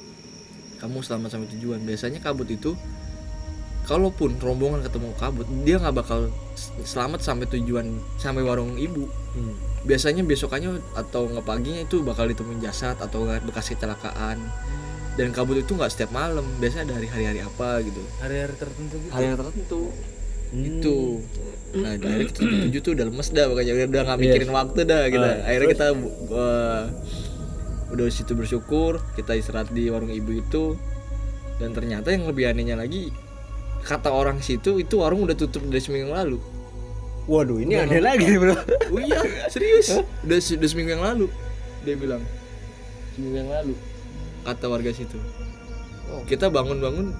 kamu selamat sampai tujuan. Biasanya kabut itu, kalaupun rombongan ketemu kabut, dia nggak bakal selamat sampai tujuan, sampai warung ibu. Hmm. Biasanya besokannya atau nggak paginya itu bakal ditemuin jasad atau bekas kecelakaan. Dan kabut itu nggak setiap malam, biasanya dari hari-hari apa gitu. Hari-hari tertentu gitu. Hari-hari tertentu. Hmm. Itu. Nah, dari kita tujuh tuh udah lemes dah, makanya udah nggak mikirin yes. waktu dah gitu. Uh, Akhirnya terus? kita uh, udah situ bersyukur, kita istirahat di warung ibu itu. Dan ternyata yang lebih anehnya lagi, kata orang situ itu warung udah tutup dari seminggu yang lalu. Waduh, ini udah aneh lagi, Bro. Oh iya, serius. Udah, udah seminggu yang lalu. Dia bilang. Seminggu yang lalu. Kata warga situ. Oh. Kita bangun-bangun.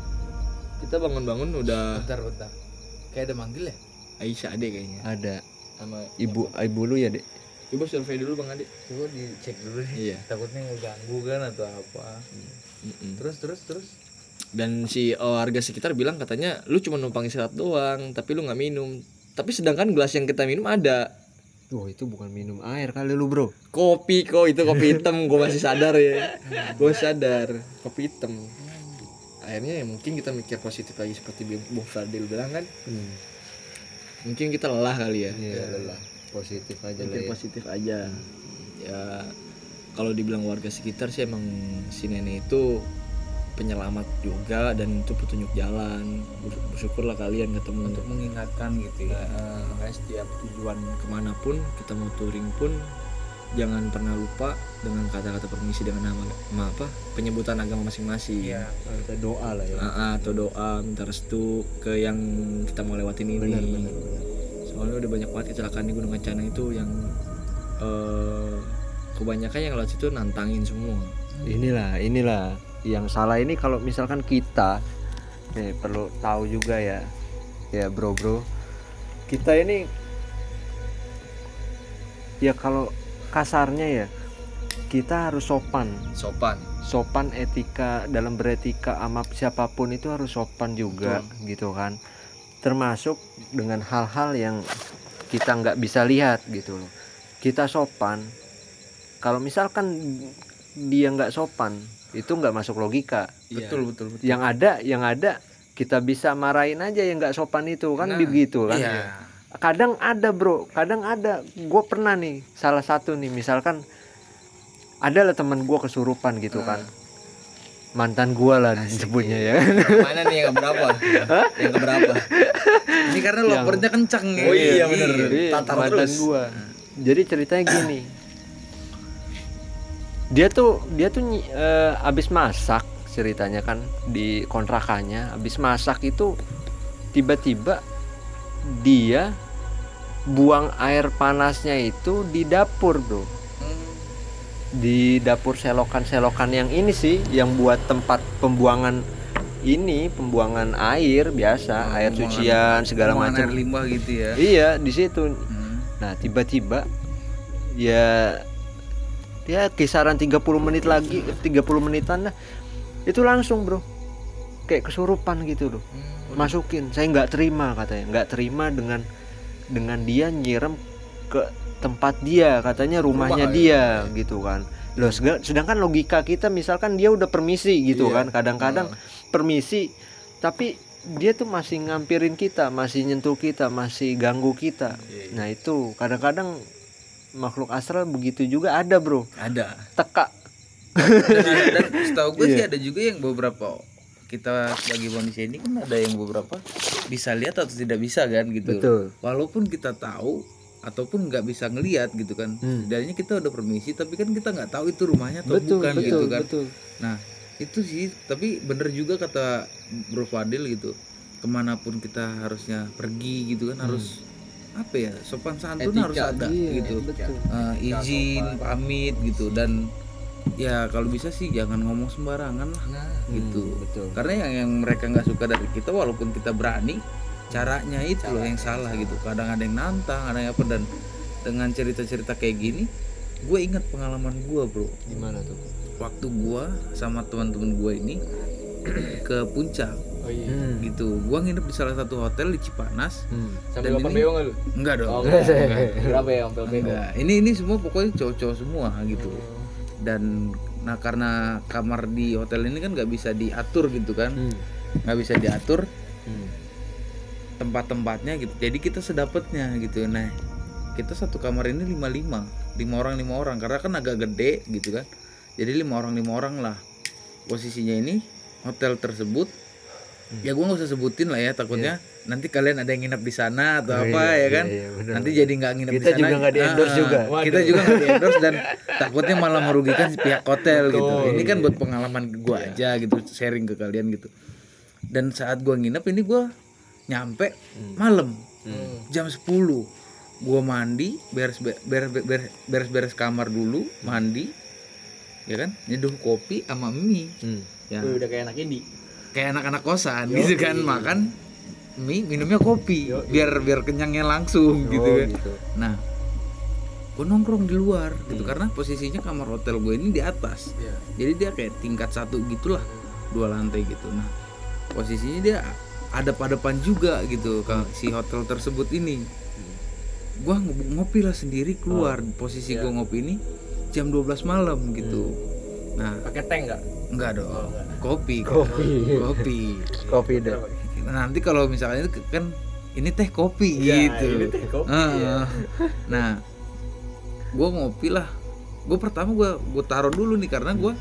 Kita bangun-bangun udah. Bentar, bentar. Kayak ada manggil ya? Aisyah Ade kayaknya. Ada. Sama ibu apa? Ibu lu ya, Dek? Coba survei dulu Bang Ade. Coba dicek dulu nih. Iya. Takutnya ngeganggu kan atau apa. Mm-mm. Terus terus terus. Dan si warga sekitar bilang katanya lu cuma numpang istirahat doang, tapi lu nggak minum. Tapi sedangkan gelas yang kita minum ada. Oh, itu bukan minum air kali lu, Bro. Kopi kok, itu kopi hitam. Gue masih sadar ya. Gue sadar kopi hitam. Akhirnya ya mungkin kita mikir positif lagi seperti Bung Fadil bilang kan. Hmm. Mungkin kita lelah kali ya. Iya, ya, lelah. Positif aja mungkin lah. Positif ya. aja. Ya kalau dibilang warga sekitar sih emang si nenek itu penyelamat juga dan itu petunjuk jalan. Bersyukurlah kalian ketemu untuk mengingatkan gitu ya. Nah, makanya setiap tujuan kemanapun kita mau touring pun jangan pernah lupa dengan kata-kata permisi dengan nama, nama apa penyebutan agama masing-masing. Iya. Kita doa lah ya. Ah, atau doa minta restu ke yang kita mau lewatin ini. Benar, benar, benar. Soalnya udah banyak banget kecelakaan di Gunung Kencana itu yang eh, kebanyakan yang lewat situ nantangin semua. Inilah, inilah yang salah ini kalau misalkan kita nih perlu tahu juga ya. Ya, bro-bro. Kita ini ya kalau kasarnya ya kita harus sopan. Sopan. Sopan etika dalam beretika sama siapapun itu harus sopan juga. Betul. Gitu kan. Termasuk dengan hal-hal yang kita nggak bisa lihat gitu loh. Kita sopan. Kalau misalkan dia nggak sopan, itu nggak masuk logika. Betul, betul, betul. Yang ada, yang ada kita bisa marahin aja yang nggak sopan itu kan. Nah, begitu kan. Iya. Kadang ada bro, kadang ada. Gue pernah nih, salah satu nih, misalkan ada lah teman gue kesurupan gitu kan. Mantan gue lah disebutnya ya. Mana nih yang keberapa? Yang keberapa? Ini karena lopernya kencang ya. Oh iya bener. Iya, Tatar mantan terus. gue. Jadi ceritanya gini. Dia tuh dia tuh uh, abis masak ceritanya kan di kontrakannya. Abis masak itu tiba-tiba dia buang air panasnya itu di dapur bro. Di dapur selokan-selokan yang ini sih, yang buat tempat pembuangan ini, pembuangan air biasa, oh, air cucian segala macam. Air limbah gitu ya. Iya, di situ. Hmm. Nah, tiba-tiba ya ya kisaran tiga puluh menit lagi, tiga puluh menitan lah. Itu langsung, bro. Kayak kesurupan gitu loh. Hmm. Masukin. Saya nggak terima katanya, nggak terima dengan dengan dia nyiram ke tempat dia, katanya rumahnya Rumah, dia ya. Gitu kan. Loh, sedangkan logika kita misalkan dia udah permisi gitu iya. kan. Kadang-kadang uh. permisi tapi dia tuh masih ngampirin kita, masih nyentuh kita, masih ganggu kita. Iya, iya. Nah, itu kadang-kadang makhluk astral begitu juga ada, bro. Ada. Teka. Dan, dan setahu gue iya. sih ada juga yang beberapa kita sebagai manusia ini kan ada yang beberapa bisa lihat atau tidak bisa kan gitu. Betul. Walaupun kita tahu ataupun nggak bisa ngelihat gitu kan, hmm. setidaknya kita udah permisi tapi kan kita nggak tahu itu rumahnya atau betul, bukan betul, gitu kan. Betul. Nah itu sih, tapi bener juga kata Bro Fadil gitu, kemanapun kita harusnya pergi gitu kan hmm. harus apa ya, sopan santun etika, harus ada iya, gitu, betul. Uh, izin pamit gitu, dan ya kalau bisa sih jangan ngomong sembarangan lah nah, gitu hmm, betul. Karena yang yang mereka nggak suka dari kita walaupun kita berani, caranya itu Cara loh yang salah gitu. Kadang ada yang nantang, ada yang apa, dan dengan cerita-cerita kayak gini gue ingat pengalaman gue bro. Gimana tuh? Waktu gue sama teman-teman gue ini ke puncak. Oh iya. Hmm. Gitu. Gue nginep di salah satu hotel di Cipanas. Hmm. Sampai delapan beo nggak lu? Enggak dong. Oh, enggak. Enggak. Berapa ya sampai beo? Enggak. Ini ini semua pokoknya cowok-cowok semua gitu. Dan nah karena kamar di hotel ini kan nggak bisa diatur gitu kan, nggak hmm. bisa diatur. Hmm. tempat-tempatnya gitu, jadi kita sedapatnya gitu. Nah kita satu kamar ini lima lima lima orang lima orang karena kan agak gede gitu kan, jadi lima orang lima orang lah posisinya ini hotel tersebut. hmm. Ya gue nggak usah sebutin lah ya, takutnya yeah. nanti kalian ada yang nginep di sana atau oh, apa iya, ya kan iya, iya, bener, nanti bener. Jadi nggak nginep kita di sana, juga nggak di endorse ah, juga Waduh. Kita juga nggak di endorse dan takutnya malah merugikan pihak hotel gitu. Ini kan buat pengalaman gue yeah. aja gitu, sharing ke kalian gitu. Dan saat gue nginep ini gue nyampe hmm. malam hmm. jam sepuluh, gua mandi, beres beres beres beres beres kamar dulu, mandi, ya kan, nyeduh kopi sama mie, hmm. ya. Udah kayak anak ini, kayak anak-anak kosan, Yo, gitu kan, iya. makan mie, minumnya kopi, Yo, biar iya. biar kenyangnya langsung, Yo, gitu kan. Gitu. Nah, gua nongkrong di luar, hmm. gitu karena posisinya kamar hotel gue ini di atas, yeah. jadi dia kayak tingkat satu gitulah, dua lantai gitu. Nah, posisinya dia ada depan juga gitu ke si hotel tersebut ini. Gua ngopi lah sendiri keluar. Oh, posisi iya. gua ngopi ini jam dua belas malam gitu. Hmm. Nah, pakai teh enggak? Enggak dong. Oh, enggak. Kopi. Kopi. Kopi. Kopi deh. Nanti kalau misalnya kan ini teh kopi ya, gitu. Ini teh kopi. Uh, ya. Nah, gua ngopi lah. Gua pertama gua gua taruh dulu nih karena gua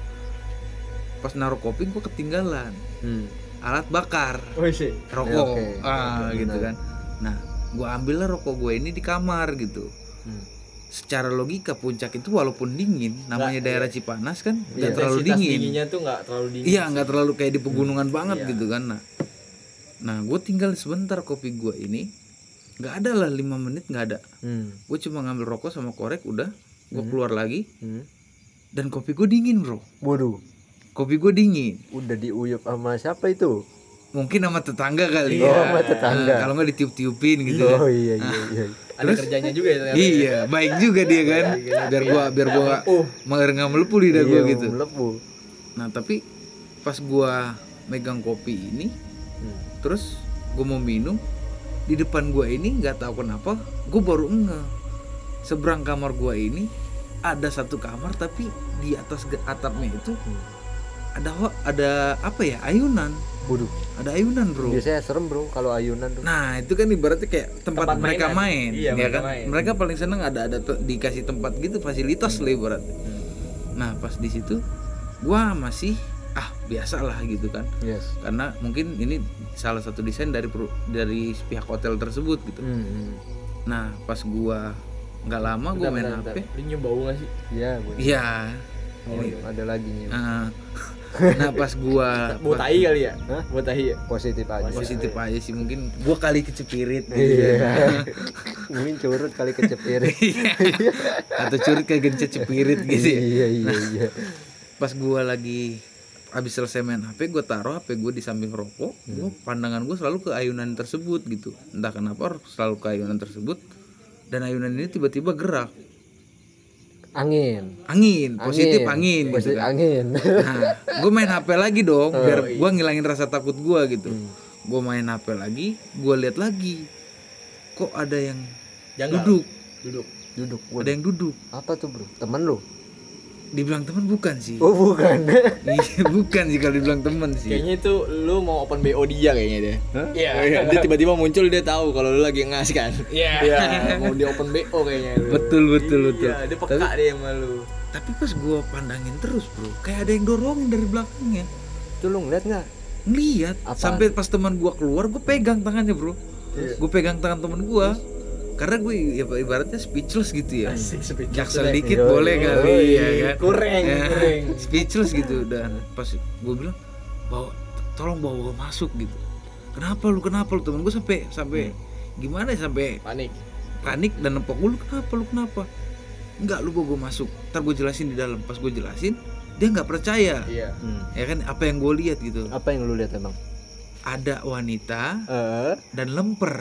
pas naruh kopi gua ketinggalan. Hmm. Alat bakar, oh, sih. rokok, ya, okay. ah okay, gitu benar. Kan. Nah, gue ambil lah rokok gue ini di kamar gitu. Hmm. secara logika puncak itu walaupun dingin, namanya daerah Cipanas kan nggak terlalu Intensitas dingin. dinginnya tuh nggak terlalu dingin. Iya, nggak terlalu kayak di pegunungan banget Iya. gitu kan. Nah, nah gue tinggal sebentar, kopi gue ini nggak ada lah lima menit nggak ada. Hmm. Gue cuma ngambil rokok sama korek, udah gue keluar lagi Hmm. dan kopi gue dingin bro. Waduh, Kopi gue dingin. udah diuyup sama siapa itu? Mungkin sama tetangga kali Oh, ya. sama tetangga. Nah, kalau nggak ditiup-tiupin gitu. Oh kan. iya iya iya. Ada kerjanya juga ya ternyata. Iya, baik juga dia kan. Biar gua biar gua nggak mager nggak melepuh lidah gua Iya, gitu. melepuh. Nah, tapi pas gua megang kopi ini, Hmm. terus gua mau minum, di depan gua ini nggak tahu kenapa, gua baru ngeh. Seberang kamar gua ini ada satu kamar, tapi di atas ge- atapnya itu ada wa- ada apa ya? Ayunan. Waduh, Ada ayunan, bro. biasanya serem bro kalau ayunan tuh. Nah, itu kan ibaratnya kayak tempat, Tempat mereka mainan. main, Iya, ya mereka kan? main. Mereka paling seneng ada ada te- dikasih tempat gitu, fasilitas lah ibaratnya. Nah, pas di situ gua masih ah biasa lah gitu kan. Yes. Karena mungkin ini salah satu desain dari peru- dari pihak hotel tersebut gitu. Hmm, hmm. Nah, pas gua nggak lama gua main Bentar, bentar, H P. bentar. Lu nyium bau gak sih? Iya, Bu. Iya. Oh, ada lagi nih. Nah, nah pas gua Bau tai kali ya? Hah? Bau tai ya? Positif aja. positif aja sih, mungkin gua kali kecepirit gitu. Iya. Mungkin curut kali kecepirit. Atau curut kayak gencet cepirit gitu ya. Iya iya iya. Pas gua lagi habis selesai main H P, gue taruh H P gue di samping rokok. Gua, pandangan gue selalu ke ayunan tersebut gitu. Entah kenapa selalu ke ayunan tersebut. Dan ayunan ini tiba-tiba gerak. Angin. Angin, positif angin, Positif gitu kan. angin. Nah, gue main H P lagi dong, biar gue ngilangin rasa takut gue gitu. Gue main H P lagi, gue lihat lagi. Kok ada yang Janggal. duduk? Duduk. Duduk. Ada yang duduk. Apa tuh bro? Temen lu? Dibilang teman bukan sih. Oh bukan. Iya, bukan sih kalau dibilang teman sih. Kayaknya itu lu mau open B O dia kayaknya dia. Hah? Iya. Dia tiba-tiba muncul, dia tahu kalau lu lagi ngas kan. Iya. Iya, mau di open B O kayaknya lu. Betul betul betul. Iya, dia peka dia sama lu. Tapi pas gue pandangin terus bro, kayak ada yang dorongin dari belakangnya. Itu lu ngeliat nggak? Ngeliat, Apaan? sampai pas teman gue keluar, gue pegang tangannya bro. Gue pegang tangan teman gue, karena gue ya, ibaratnya speechless gitu ya. Asik, speechless Jaksel deh. dikit Yoi. boleh kali Yoi. ya kan. Kurang, Ya, kurang. speechless gitu. Dan pas gue bilang, bawa, tolong bawa gue masuk gitu. Kenapa lu kenapa lu temen gue sampai sampai gimana ya, sampai Panik. panik dan nempok gue, lu kenapa lu kenapa? Enggak, lu bawa gue masuk, ntar gue jelasin di dalam. Pas gue jelasin, dia nggak percaya. Iya. Hmm. Ya kan, apa yang gue lihat gitu, Apa yang lu lihat emang? ada wanita Eh, dan lemper.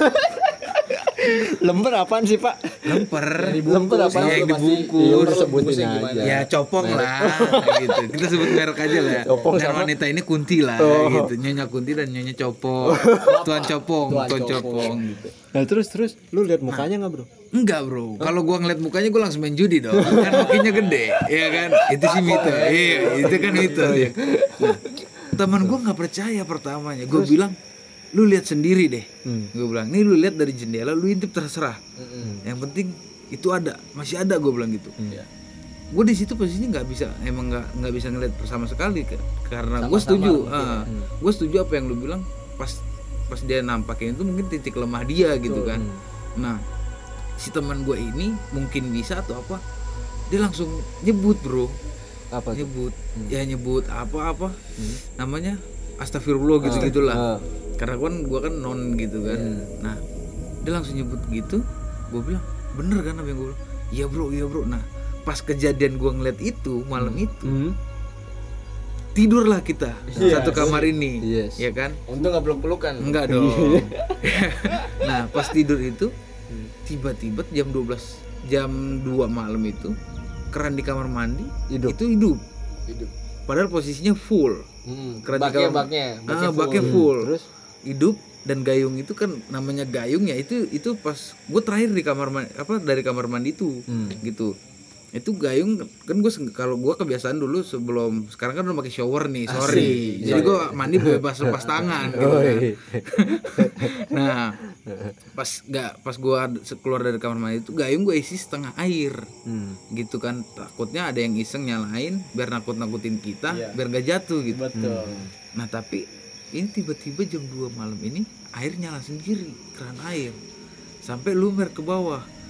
lemper apaan sih pak? Lemper, Lemper apaan? ya, yang Lu pasti- dibungkus. lu sebutin Bungkusnya aja. gimana? Ya copong lah gitu. Kita sebut merek aja lah. Copong Dan sama- wanita ini Kunti lah Oh. gitu. Nyonya Kunti dan Nyonya Copong. Tuan Copong, Tuan Tuan Copong. Copong gitu. Nah terus terus lu lihat mukanya nggak bro? Enggak bro, kalau gua ngeliat mukanya gua langsung main judi dong. Kan makinnya gede, ya kan? Itu sih mitos. Iya, itu kan mitos ya. Nah, teman gua nggak percaya pertamanya. Gua bilang, lu lihat sendiri deh. Hmm. Gua bilang, nih lu lihat dari jendela, lu intip terserah. Yang penting itu ada, masih ada, gua bilang gitu. Iya. Gue di situ posisinya nggak bisa, emang nggak nggak bisa ngeliat sama sekali ke- karena gue setuju, mungkin gue setuju apa yang lu bilang. Pas pas dia nampakin itu mungkin titik lemah dia gitu kan. Nah si teman gue ini mungkin bisa atau apa, dia langsung nyebut bro, Apa tuh? nyebut ya nyebut apa apa namanya astagfirullah gitu gitulah. Ah. Karena kan gue kan non gitu kan. Nah dia langsung nyebut gitu, gue bilang bener kan apa yang gue bilang? Iya bro, iya bro. Nah pas kejadian gue ngeliat itu malam itu, Hmm. tidurlah kita Iya, satu kamar ini, Yes. ya kan? Untung nggak peluk-pelukan. Enggak dong. Nah pas tidur itu tiba-tiba jam dua belas jam dua malam itu keran di kamar mandi Hidup. itu hidup. Hidup. Padahal posisinya full. Hmm. Keran di Baknya, kamar- baknya, Ah, baknya full. Terus? Hidup. Dan gayung itu kan namanya gayung ya, itu itu pas gue terakhir di kamar mandi, apa dari kamar mandi itu gitu. Itu gayung kan gue kalau gue kebiasaan dulu sebelum, sekarang kan udah pakai shower nih, sorry. Jadi gue mandi bebas lepas tangan gitu Oh, kan. iya. Nah pas nggak pas gue keluar dari kamar mandi itu gayung gue isi setengah air Hmm. gitu kan, takutnya ada yang iseng nyalain biar nakut-nakutin kita, Iya. biar nggak jatuh gitu. Betul. Nah tapi ini tiba-tiba jam dua malam ini air nyala sendiri, keran air sampai lumer ke bawah.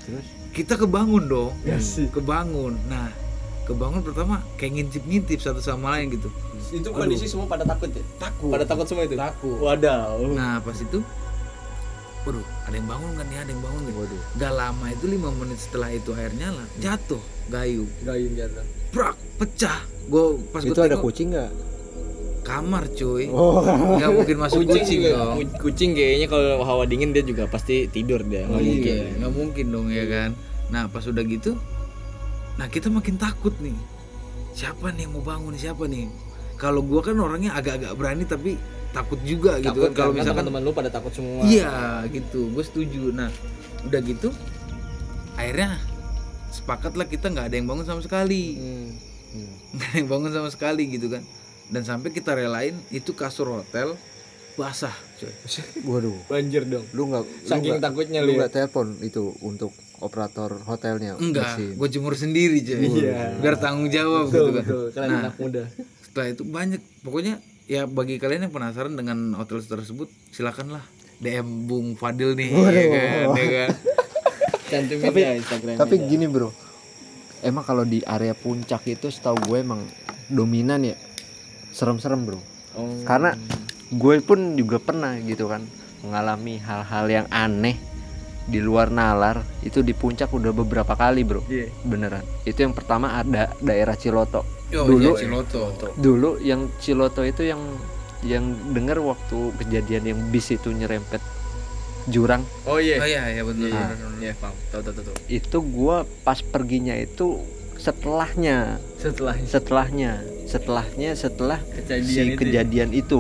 Terus kita kebangun dong. Ya sih. Kebangun. Nah, kebangun pertama kayak ngintip-ngintip satu sama lain gitu. Itu kondisi semua pada takut ya? Takut. Pada takut semua itu? Takut. Wadaw. Nah, pas itu waduh, ada yang bangun kan nih, ada yang bangun nih. Waduh. Gak lama itu lima menit setelah itu air nyala, jatuh gayung. Gayung jatuh. Prak, pecah. Gua pas itu gua ada tengok, kucing nggak? kamar cuy. Oh. Nggak mungkin masuk kucing, Kucing, juga. dong. Ku- Kucing kayaknya kalau hawa dingin dia juga pasti tidur dia. Nggak Iya, mungkin. nggak mungkin dong ya kan. Nah pas udah gitu, nah kita makin takut nih. Siapa nih yang mau bangun? Siapa nih? Kalau gua kan orangnya agak-agak berani tapi takut juga gitu Takut kan. Kalau karena misalkan teman-teman lu pada takut semua. iya gitu, gue setuju. Nah udah gitu, akhirnya sepakatlah kita nggak ada yang bangun sama sekali, Hmm. nggak ada yang bangun sama sekali gitu kan. Dan sampai kita relain itu kasur hotel basah, coy. Waduh. Banjir dong. Lu nggak Saking takutnya lu lu. nggak telepon itu untuk operator hotelnya? Enggak, bersihin? gue jemur sendiri coy. Iya. Biar tanggung jawab Betul, gitu kan. betul. Karena Nah, anak muda. setelah itu banyak, pokoknya ya bagi kalian yang penasaran dengan hotel tersebut, silakanlah D M Bung Fadil nih, ya kan, ya kan. Cantumin Tapi- ya Instagramnya. Tapi gini bro, emang kalau di area puncak itu setahu gue emang dominan ya serem-serem bro. Oh. Karena gue pun juga pernah gitu kan mengalami hal-hal yang aneh di luar nalar itu di puncak udah beberapa kali bro. Iya. Beneran. Itu yang pertama ada daerah Ciloto. Yo, Dulu- iya, Ciloto. Dulu yang Ciloto itu yang yang denger waktu kejadian yang bis itu nyerempet jurang. Oh iya. Oh iya, iya betul. Iya, betul, betul. iya, paham. Tahu tahu tahu. tahu. Itu gue pas perginya itu setelahnya Setelah setelahnya setelahnya setelah kejadian si itu. ya? kejadian itu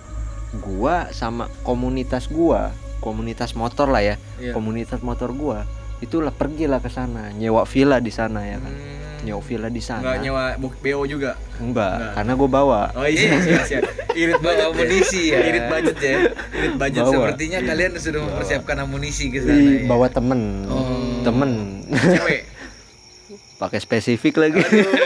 gua sama komunitas gua komunitas motor lah ya Iya. komunitas motor gua itulah pergilah ke sana nyewa villa di sana ya kan Hmm. nyewa villa di sana Enggak nyewa buk- B O juga. enggak Enggak. karena gua bawa Oh iya, siap siap. Irit Bawa budget amunisi ya. Irit budget ya. Irit budget Bawa. Sepertinya kalian sudah mempersiapkan amunisi ke sana Ih, ya. bawa temen Oh. temen cewek. pakai spesifik lagi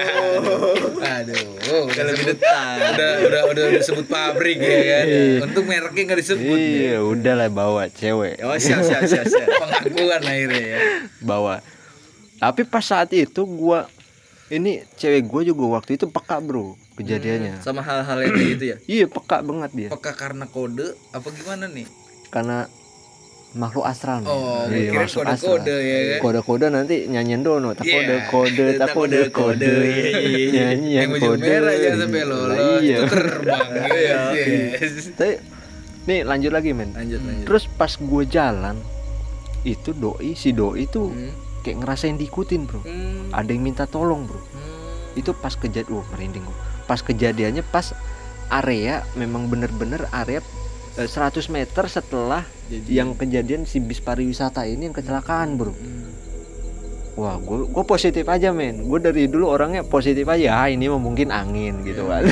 Aduh, oh, Udah udah, lebih sebut, detail. udah udah udah disebut pabrik ya kan. Iya. Untung mereknya nggak disebut. iya udahlah bawa cewek Oh siap siap siap siap. Pengakuan akhirnya ya. bawa tapi pas saat itu gua ini cewek gua juga waktu itu peka bro kejadiannya Sama hal-hal yang kayak gitu ya. iya peka banget dia Apakah karena kode apa gimana nih? karena makhluk astral men. Oh, Iya, kira makhluk kode-kode astral. ya kan. Kode-kode nanti nyanyiin dono tak Iya. kode kode tak kode kode Iya, iya, iya. nyanyi Yang yang baju kode merah jangan sampai lolos. iya Itu terbang. Iya. Yes. tapi nih lanjut lagi men Lanjut lanjut. terus pas gue jalan itu doi si doi tuh Hmm. kayak ngerasain diikutin bro Hmm. ada yang minta tolong bro Hmm. itu pas kejadian oh merinding gua pas kejadiannya pas area memang bener-bener area eh, seratus meter setelah Jadi- yang kejadian si bis pariwisata ini yang kecelakaan bro Hmm. wah gue gue positif aja men gue dari dulu orangnya positif aja ah, ini mah mungkin angin gitu kan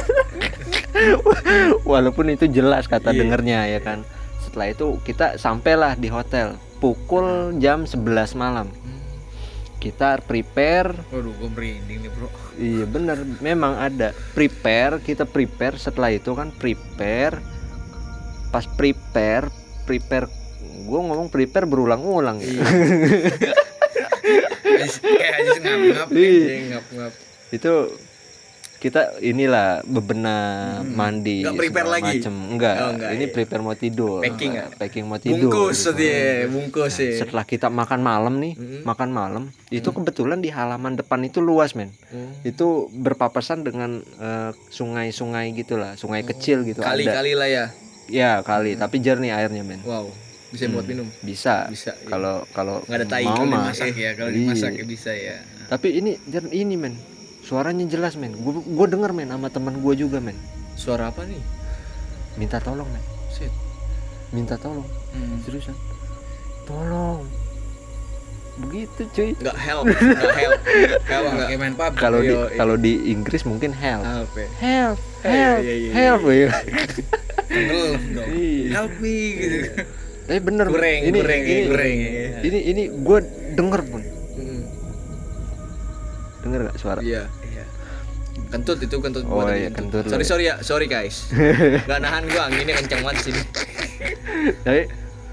walaupun itu jelas kata Iya. dengernya ya kan setelah itu kita sampailah di hotel pukul jam sebelas malam kita prepare Waduh, gue merinding nih bro. iya bener memang ada prepare kita prepare setelah itu kan prepare pas prepare prepare gue ngomong prepare berulang-ulang gitu. Kayak aja ngap-ngap. Iya. Ngap-ngap. Itu kita inilah bebenah mandi Nggak prepare segala lagi? macem. enggak, Oh, enggak, ini iya. prepare mau tidur Packing ya? packing mau tidur Bungkus gitu. tadi ya, bungkus ya. Setelah kita makan malam nih Mm. makan malam itu kebetulan di halaman depan itu luas men Hmm. itu berpapasan dengan eh, sungai-sungai gitulah sungai kecil gitu ada Kali-kali lah ya. ya kali tapi jernih airnya men Wow. Bisa buat minum. bisa Bisa, iya. kalau kalau Nggak ada tai mau kalau mah Masak ya, kalau Iya. dimasak ya bisa ya. tapi ini jer- ini men suaranya jelas men gue gue denger men sama teman gue juga men Suara apa nih? minta tolong men Shit. minta tolong Hmm. seriusan tolong begitu cuy Enggak help, enggak help. Help enggak. Kayak main pub. kalau di Iya, iya. kalau di Inggris mungkin help Help ya. help Iya, help iya, iya, help ya Tenggelam dong. Iya. Help me gitu. tapi bener Men. Goreng, ini goreng, ini goreng. ini ini gue denger pun Hmm. denger gak suara Iya. Iya. Kentut itu kentut Oh, gua tadi, iya, kentut lo Sorry ya. sorry ya, sorry guys. Gak nahan gua anginnya kenceng banget sini. tapi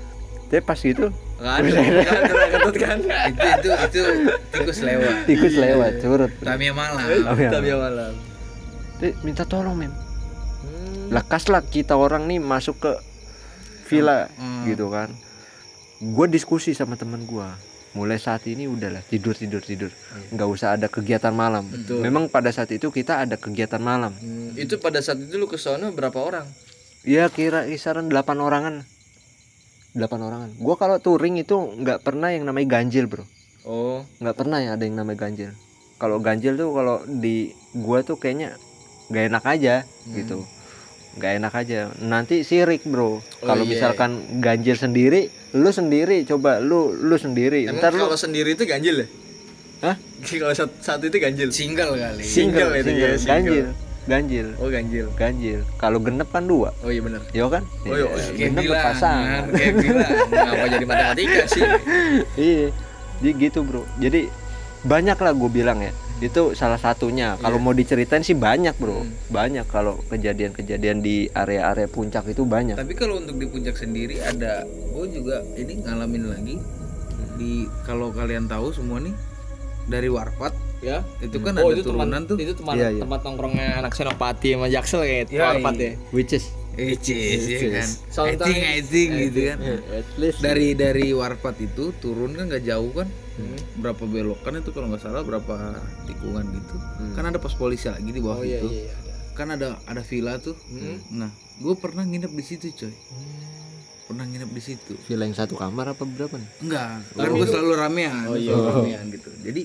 Tapi pas gitu Nggak ada, nggak ada ketut kan. itu itu itu tikus lewat. tikus lewat curut. Tamiya malam. Tapi malam. Dia minta tolong men. Hmm. Lekas lah kita orang nih masuk ke villa Hmm. gitu kan. Gue diskusi sama teman gue. Mulai saat ini udahlah tidur tidur tidur. Nggak usah ada kegiatan malam. Betul. Memang pada saat itu kita ada kegiatan malam. Hmm, itu pada saat itu lu ke sono berapa orang? Ya kira kisaran delapan orangan. delapan orangan. Gue kalau touring itu nggak pernah yang namanya ganjil bro. Oh, Nggak pernah ya ada yang namanya ganjil. Kalau ganjil tuh kalau di gua tuh kayaknya nggak enak aja gitu. Nggak enak aja. Nanti sirik bro. Kalau iya, misalkan ganjil sendiri, lu sendiri coba lu lu sendiri. emang Ntar lu kalau sendiri itu ganjil ya? Hah? Kalau saat, saat itu ganjil. Single kali. Single itu ya, single. ganjil, ganjil, Oh, ganjil. ganjil. Kalau genep kan dua, Oh iya benar. ya kan? Oh, iya, Iya, Kayak genep bilang, berpasangan. kayak bilang. Ngapa jadi matematika sih? Iya, jadi gitu bro. Jadi banyak lah gue bilang ya. Itu salah satunya. Kalau mau diceritain sih banyak bro, banyak. Kalau kejadian-kejadian di area-area puncak itu banyak. Tapi kalau untuk di puncak sendiri ada, gue juga ini ngalamin lagi di kalau kalian tahu semua nih dari Warpat Ya. itu kan Oh, ada itu turunan teman, tuh. itu teman Iya, iya. tempat nongkrongnya anak Senopati sama Jaksel kayak Iya, Warpat iya. ya. Which is Ecis ya kan. Sometimes- Eting eting gitu kan. at least Dari dari Warpat itu turun kan nggak jauh kan. Hmm. Berapa belokan itu kalau nggak salah berapa tikungan gitu. Kan ada pos polisi lagi di bawah Oh iya itu. iya. ada. Kan ada ada villa tuh. Nah, gue pernah nginep di situ coy. Pernah nginep di situ. villa yang satu kamar apa berapa nih? Enggak, kan gue selalu ramean, Oh, iya. selalu ramean gitu. Jadi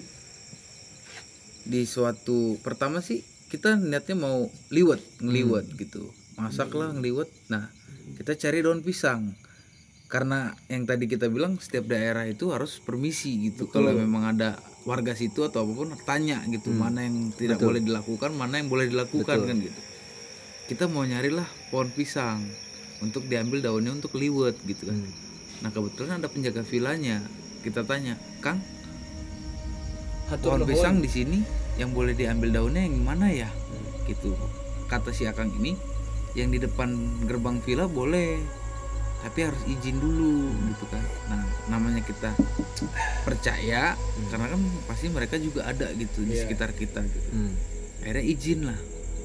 di suatu pertama sih kita niatnya mau liwet, ngeliwet gitu. Masak lah ngeliwet. Nah, kita cari daun pisang. Karena yang tadi kita bilang setiap daerah itu harus permisi gitu. Kalau memang ada warga situ atau apapun tanya gitu, mana yang tidak boleh dilakukan, mana yang boleh dilakukan kan gitu. Kita mau nyarilah pohon pisang untuk diambil daunnya untuk liwet gitu kan. Nah kebetulan ada penjaga villanya. Kita tanya, Kang, Hatur pohon nuhun. pisang di sini yang boleh diambil daunnya yang mana ya? Gitu. Kata si Akang ini, yang di depan gerbang villa boleh, tapi harus izin dulu gitu kan. Nah namanya kita percaya, karena kan pasti mereka juga ada gitu di Iya. sekitar kita gitu. Hmm. Akhirnya izin lah,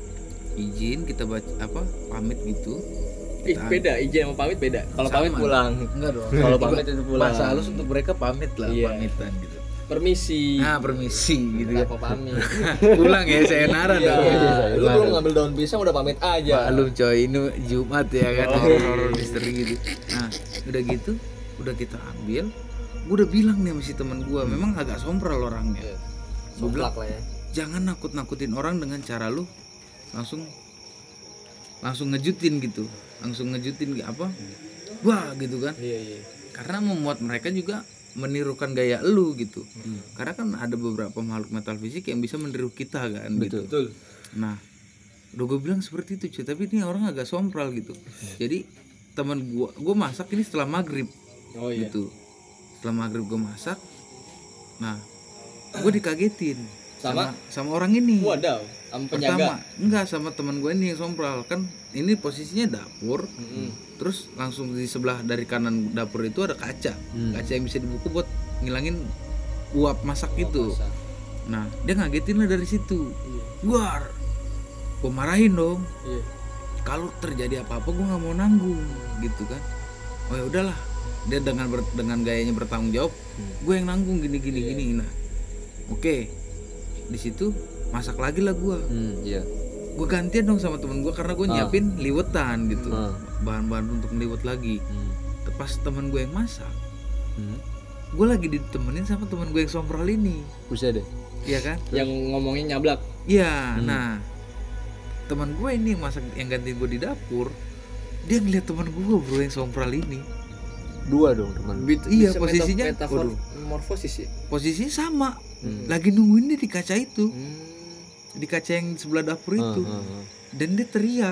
izin kita baca apa pamit gitu. Ih, beda izin sama pamit beda. Kalau pamit Sama. pulang. Enggak dong. Kalau pamit itu pulang. Bahasa halus untuk mereka pamit lah, Iya. pamitan gitu. Permisi. Nah, permisi gitu kan. Kenapa pamit? Pulang ya sayonara Iya, dong. lu belum ngambil daun pisang udah pamit aja. Maklum coy, ini Jumat ya kan, Oh. horor misteri gitu. Nah, udah gitu, udah kita ambil. Gue udah bilang nih sama si teman gue, memang agak sompral orangnya. Gue bilang, Soplak lah ya. jangan nakut-nakutin orang dengan cara lu langsung langsung ngejutin gitu, langsung ngejutin apa? Wah gitu kan. Iya, iya. Karena membuat mereka juga menirukan gaya lu gitu. Karena kan ada beberapa makhluk metafisik yang bisa meniru kita kan gitu. Betul. Nah, udah gue bilang seperti itu cuy, tapi ini orang agak sompral gitu. Jadi teman gua gua masak ini setelah maghrib Oh iya. gitu. Setelah maghrib gue masak. Nah, gue dikagetin Sama? sama sama orang ini. Wadaw, sama penjaga. Pertama, enggak sama teman gue ini yang sompral kan. Ini posisinya dapur. Mm-mm. Terus langsung di sebelah dari kanan dapur itu ada kaca. Kaca yang bisa dibuka buat ngilangin uap masak gitu. Masak. Nah, dia ngagetin lah dari situ. Iya. Guar. Gue marahin dong. Iya. Kalau terjadi apa-apa gue nggak mau nanggung gitu kan. Oh ya udahlah. Dia dengan ber- dengan gayanya bertanggung jawab. Gue yang nanggung gini gini gini. Nah, oke. Di situ masak lagi lah gue. Hmm, iya. Gue gantian dong sama temen gue karena gue nyiapin liwetan gitu. Ah. Bahan-bahan untuk liwet lagi. Hmm. Pas temen gue yang masak, Hmm. gue lagi ditemenin sama temen gue yang sompral ini. Buset deh. Iya kan? Yang ngomongin nyablak. Iya, nah teman gue ini yang masak yang gantiin gue di dapur, dia ngeliat teman gue bro yang sompral ini. Dua dong teman. Iya, Bisa posisinya, metafor waduh. morfosis ya. Posisinya sama, Hmm. lagi nungguin dia di kaca itu, Hmm. di kaca yang sebelah dapur itu, Ah, ah, ah. dan dia teriak.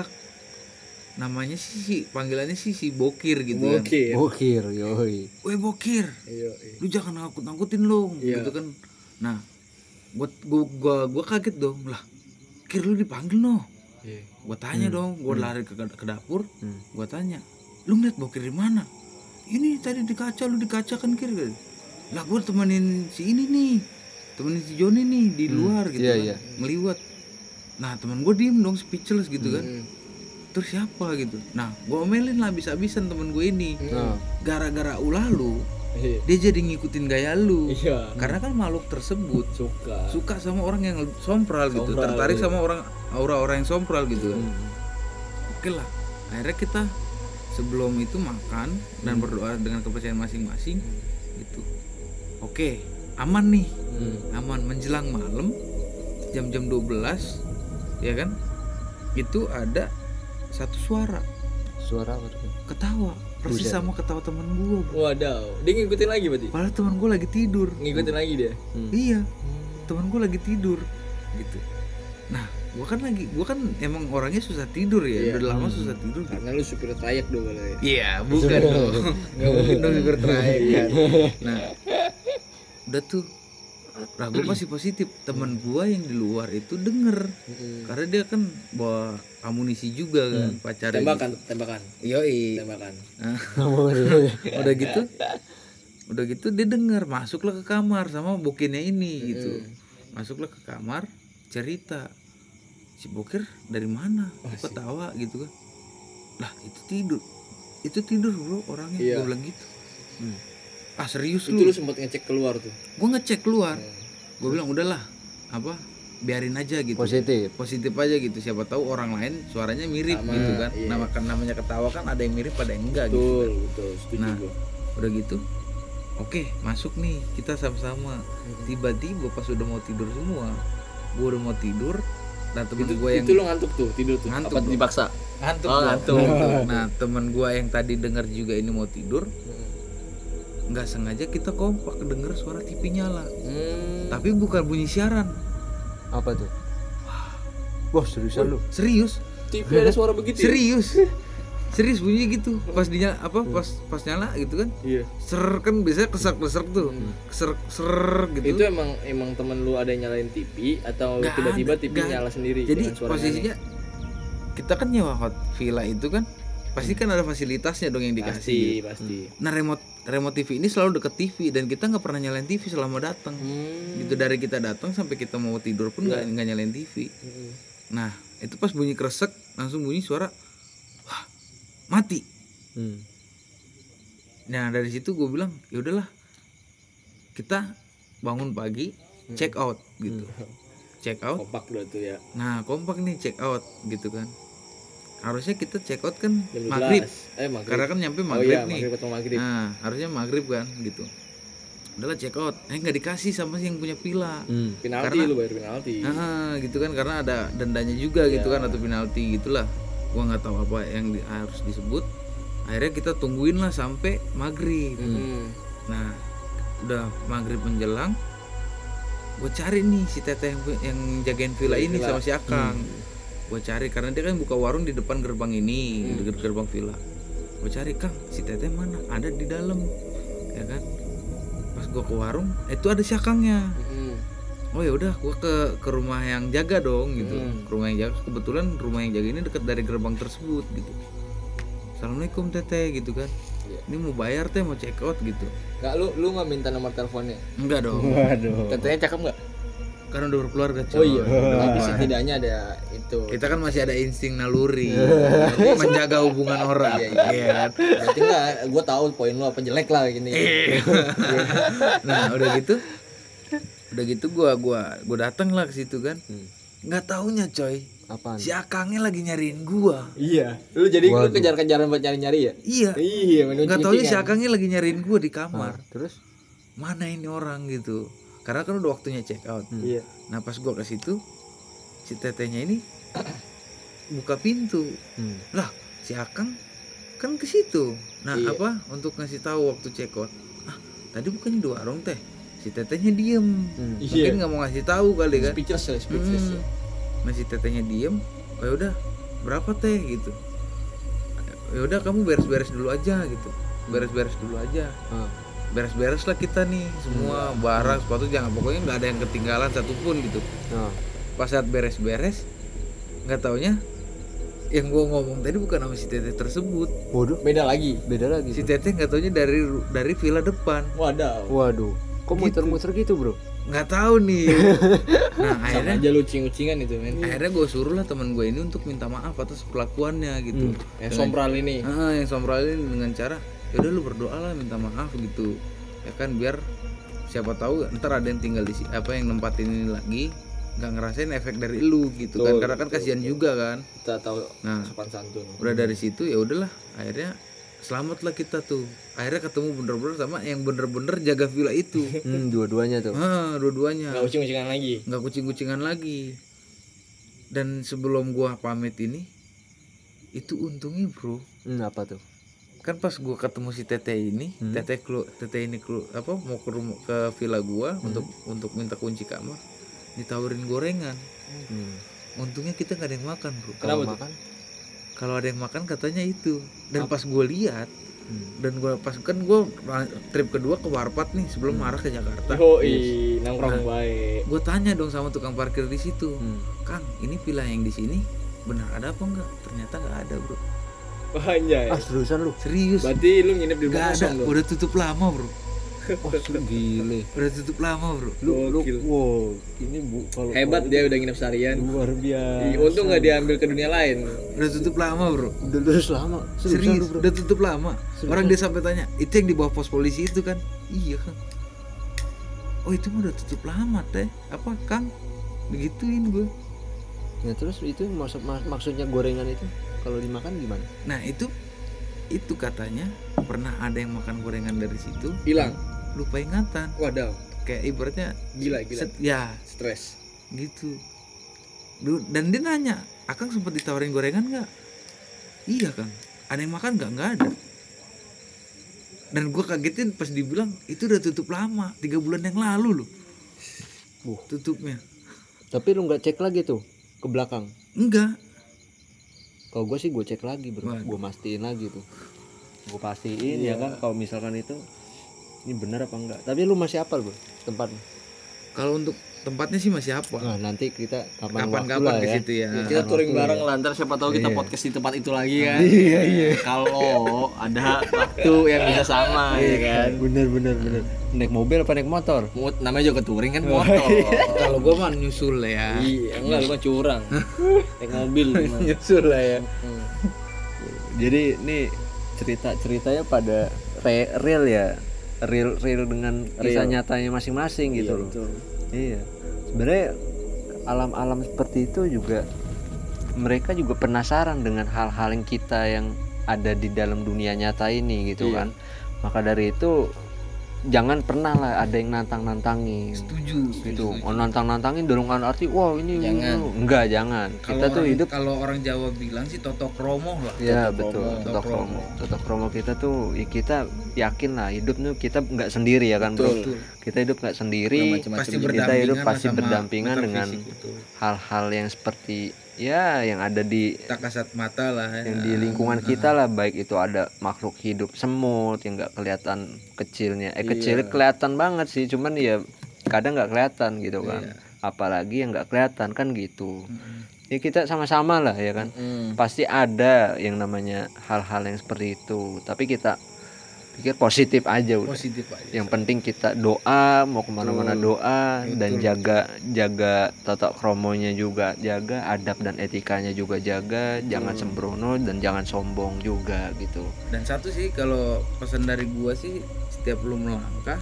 Namanya sih, si, panggilannya sih si Bokir gitu kan. Oke. Bokir, yoi. Weh Bokir, Iya, iya. lu jangan ngakut-ngakutin lo, Iya. gitu kan. Nah, gua gua gua, gua kaget dong, lah, Kir lu dipanggil no. Iya. Gua tanya dong, gua lari ke, ke dapur, Hmm. gua tanya, lu ngeliat Bokir di mana? ini tadi di kaca, lu di kaca kan kiri kan. Lah gue temenin si ini nih, temenin si Joni nih di luar gitu iya, kan, iya. ngeliwat. Nah teman gue diem dong, speechless gitu kan. Hmm. Terus siapa gitu. Nah gue omelin lah habis-habisan temen gue ini. Nah, Gara-gara ulah lu, Iya. dia jadi ngikutin gaya lu. Iya. Karena kan makhluk tersebut Suka. suka sama orang yang sompral gitu, Sompral, tertarik iya. sama orang aura-orang yang sompral gitu kan. Hmm. Oke lah, akhirnya kita sebelum itu makan dan berdoa dengan kepercayaan masing-masing gitu. Oke, aman nih, aman. Menjelang malam jam-jam dua belas ya kan, itu ada satu suara suara apa tuh? ketawa persis Buset. sama ketawa teman gue. Wadaw, dia ngikutin lagi berarti. Padahal teman gue lagi tidur. Ngikutin lagi dia. Hmm. Iya, teman gue lagi tidur gitu. Nah, gue kan lagi, gue kan emang orangnya susah tidur ya, Iya. udah lama susah tidur. Gitu. Karena lu supir trayek dulu ya. Iya, bukan dong, nggak mungkin dong supir trayek kan. Nah, udah tuh, lah gue masih positif. Teman gue yang di luar itu denger, karena dia kan bawa amunisi juga kan, pacarnya. Tembakan, tembakan, Gitu. Yoi. tembakan. Nah, udah gitu, udah gitu dia denger, masuklah ke kamar sama bokinnya ini gitu. Masuklah ke kamar, cerita. Si bokir dari mana? Kok ketawa gitu kan? Lah itu tidur, itu tidur bro orangnya. Iya. Gue bilang gitu. Ah serius Itu lu? lu sempat ngecek keluar tuh. Gue ngecek keluar. Gue bilang udahlah, apa? Biarin aja gitu. Positif. Positif aja gitu. Siapa tahu orang lain suaranya mirip Sama, gitu kan. iya. Nama kan namanya ketawa kan ada yang mirip, ada yang enggak gitu. Betul, betul. Setuju Nah, gua. udah gitu. Oke, masuk nih kita sama-sama. Tiba-tiba pas udah mau tidur semua, gue udah mau tidur. Nah temen Itu, gue yang itu lu ngantuk tuh, tidur tuh. Ngantuk Apa gua. dipaksa? ngantuk, Oh, gua. ngantuk. Nah temen gue yang tadi dengar juga ini mau tidur, nggak sengaja kita kompak denger suara T V nyala, Hmm. tapi bukan bunyi siaran. Apa tuh? Wah, seriusan lu? Serius, T V ada suara begitu. ya? serius, serius bunyi gitu. Pas dinyala apa? Pas pas nyala gitu kan? Iya. Ser kan biasanya keser-keser tuh, keser ser gitu. Itu emang emang temen lu ada yang nyalain T V atau Nggak tiba-tiba ada, T V nggak. nyala sendiri? Jadi dengan suara posisinya kita kan nyewa hot villa itu kan, pasti kan ada fasilitasnya dong yang nyanyi? dikasih. Pasti, pasti. Nah remote remote T V ini selalu deket T V dan kita nggak pernah nyalain T V selama datang. Hmm. Gitu dari kita datang sampai kita mau tidur pun nggak nggak nyalain T V. Nah itu pas bunyi kresek langsung bunyi suara, wah mati. Hmm. Nah dari situ gue bilang ya udahlah kita bangun pagi check out gitu, check out. Kompak udah tuh ya. Nah kompak nih check out gitu kan. Harusnya kita check out kan Jam maghrib, dua belas. Eh maghrib. karena kan nyampe oh maghrib iya, nih. maghrib atau maghrib. Nah harusnya maghrib kan gitu. Udahlah check out, eh nggak dikasih sama yang punya villa. Hmm. Penalti karena- lu bayar penalti. Ah, gitu kan karena ada dendanya juga gitu kan atau penalti gitulah. Gua nggak tahu apa yang di- harus disebut. Akhirnya kita tungguin lah sampai maghrib. Hmm. Nah, udah maghrib menjelang, gue cari nih si teteh yang, yang jagain villa ini Villa. sama si Akang. Gue cari karena dia kan buka warung di depan gerbang ini, di dekat gerbang villa. Gue cari, Kang, si teteh mana? Ada di dalam, ya kan? Pas gue ke warung, itu ada si Akangnya. Hmm. Oh ya udah, gue ke ke rumah yang jaga dong gitu. Hmm. Ke rumah yang jaga. Kebetulan rumah yang jaga ini dekat dari gerbang tersebut gitu. Assalamualaikum teteh gitu kan. Iya. Ini mau bayar teh, mau check out gitu. Nggak, lu lu nggak minta nomor teleponnya? Enggak dong. Waduh. Tetenya cakep nggak? Karena udah berkeluarga coy. Oh iya. Tapi setidaknya ada itu. Kita kan masih ada insting naluri menjaga hubungan orang. Iya, iya. Iya kan? Berarti nggak, gue tahu poin lu apa jelek lah gini. Nah, udah gitu. Udah gitu gua gua gua datang lah ke situ kan. Nggak taunya coy. Apaan? Si Akangnya lagi nyariin gua. Iya. Lu jadi lu Waduh. kejar-kejaran buat nyari-nyari ya? Iya. Iya, Nggak taunya si Akangnya lagi nyariin gua di kamar. Terus? Mana ini orang gitu. Karena kan udah waktunya check out. Iya. Nah, pas gua ke situ si tetehnya ini buka pintu. Hmm. Lah, si Akang kan ke situ. Nah, Iya. apa untuk ngasih tahu waktu check out? Ah, tadi bukannya di warung teh. Si tetehnya diem. Hmm. Mungkin Iya. nggak mau ngasih tahu kali kan. Speechless ya, speechless. Hmm. Nah, si tetehnya diem. Oh ya udah, berapa teh gitu. Ya udah kamu beres-beres dulu aja gitu. Beres-beres dulu aja. Ah. Beres-beres lah kita nih semua barang sepatu jangan pokoknya nggak ada yang ketinggalan satupun gitu. Ah. Pas saat beres-beres nggak taunya yang gua ngomong tadi bukan sama si Teteh tersebut. Waduh, Beda lagi. beda lagi. Si Teteh nggak taunya dari dari villa depan. Wadaw. Waduh, kok muter-muter gitu, Bro? Nggak tahu nih. Nah Sama akhirnya aja lu ucing-ucingan itu men. akhirnya gue suruh lah teman gue ini untuk minta maaf atas perlakuannya gitu. Yang sombral ini. Ah, yang sombralin dengan cara ya udah lu berdoa lah minta maaf gitu ya kan, biar siapa tahu ntar ada yang tinggal di si- apa yang nempatin ini lagi nggak ngerasain efek dari lu gitu kan, Betul, karena kan kasihan juga kan. Kita tahu Nah sopan santun. udah dari situ ya udahlah akhirnya selamat lah kita tuh, akhirnya ketemu bener-bener sama yang bener-bener jaga villa itu. Hmm, dua-duanya tuh. Ah, dua-duanya Enggak ucing-ucingan lagi. nggak kucing-kucingan lagi. Dan sebelum gua pamit ini itu untungnya bro, Hmm, apa tuh? kan pas gua ketemu si Teteh ini, Hmm. Teteh kelu, Teteh ini kelu, apa mau ke rumah ke villa gua Hmm. untuk untuk minta kunci kamar, ditawarin gorengan. Hmm. Untungnya kita nggak ada yang makan bro. Kenapa Kalau tuh? makan? Kalau ada yang makan katanya itu. Dan pas gua lihat Hmm. dan gua pas kan gua trip kedua ke Warpat nih sebelum Hmm. arah ke Jakarta. Yoi, nongkrong baik. Gue tanya dong sama tukang parkir di situ, Hmm. Kang, ini villa yang di sini benar ada apa enggak? Ternyata nggak ada bro. Wah anjay. Ah, seriusan lu? Serius? Berarti lu nginep di rumah Nggak ada, kosong dong. udah tutup lama bro. Oh, gile. Udah tutup lama bro. Lu lu Gokil. wow, ini Bu kalau Hebat dia udah nginep seharian. luar biasa. Ih, untung nggak diambil ke dunia lain. Udah tutup lama bro. Udah terus lama. Seriusan Serius, lu, Bro? udah tutup lama. Seriusan? Orang dia sampai tanya, itu yang di bawah pos polisi itu kan? Iya kan. Oh itu mah udah tutup lama teh. Apa Kang? Begituin gue. Nah, terus itu maksud mak- maksudnya gorengan itu kalau dimakan gimana? Nah itu itu katanya pernah ada yang makan gorengan dari situ, Hilang. lupa ingatan. Wadaw. Kayak ibaratnya Gila gila. set- ya Stres. gitu. Du- Dan dia nanya, Akang sempat ditawarin gorengan nggak? Iya Kang. Ada yang makan nggak? Nggak ada. Dan gue kagetin pas dibilang itu udah tutup lama, tiga bulan yang lalu loh. Uh. Tutupnya. Tapi lu nggak cek lagi tuh ke belakang? Enggak. Kalau gue sih gue cek lagi, Bro. Waduh. Gue mastiin lagi tuh. Gue pastiin ya kan kalau misalkan itu ini benar apa enggak. Tapi lu masih hafal, Bro, tempatnya? Kalau untuk tempatnya sih masih apa? Nah, nanti kita kapan waktu Kapan-kapan lah ke ya. situ ya. Kita touring waktu bareng ya. lah, ntar siapa tahu kita Iya. podcast di tempat itu lagi kan. Iya iya. Kalau ada waktu yang bisa sama ya kan. Bener bener bener. Naik mobil apa naik motor? Mut namanya juga touring kan motor. Kalau gue mah nyusul ya. Iya, enggak lu mah curang. Naik mobil lu mah. Nyusul lah ya. Hmm. Jadi ini cerita-ceritanya pada re- real ya. Real real dengan kisah Real. nyatanya masing-masing gitu Iya, loh. betul. Iya. Sebenarnya alam-alam seperti itu juga mereka juga penasaran dengan hal-hal yang kita yang ada di dalam dunia nyata ini gitu Iya. kan. Maka dari itu jangan pernah lah ada yang nantang-nantangin. Setuju. Gitu. Oh, nantang-nantangin dalam arti wow ini Jangan. ini. Enggak, jangan. Kalau Kita tuh orang- hidup kalau orang Jawa bilang sih totok romoh lah. ya Totok betul, kromo. totok kromo. Totok kromo kita tuh ya kita yakin lah hidup tuh kita nggak sendiri ya kan, Bro. Betul. Kita hidup nggak sendiri. Nggak macam-macam. Pasti Kita Kita berdampingan hidup lah pasti sama berdampingan dengan metafisik, betul. hal-hal yang seperti ya yang ada di Tak kasat mata lah ya. yang di lingkungan kita lah, baik itu ada makhluk hidup semut yang nggak kelihatan kecilnya eh kecil kelihatan banget sih, cuman ya kadang nggak kelihatan gitu kan. Iya. Apalagi yang nggak kelihatan kan gitu. Ya kita sama-sama lah ya kan. Hmm. Pasti ada yang namanya hal-hal yang seperti itu, tapi kita pikir positif aja udah. Positif aja. Yang penting kita doa, mau kemana-mana doa, dan jaga jaga tata kromonya juga jaga, adab dan etikanya juga jaga, jangan sembrono dan jangan sombong juga gitu. Dan satu sih kalau pesan dari gua sih, setiap lu melangkah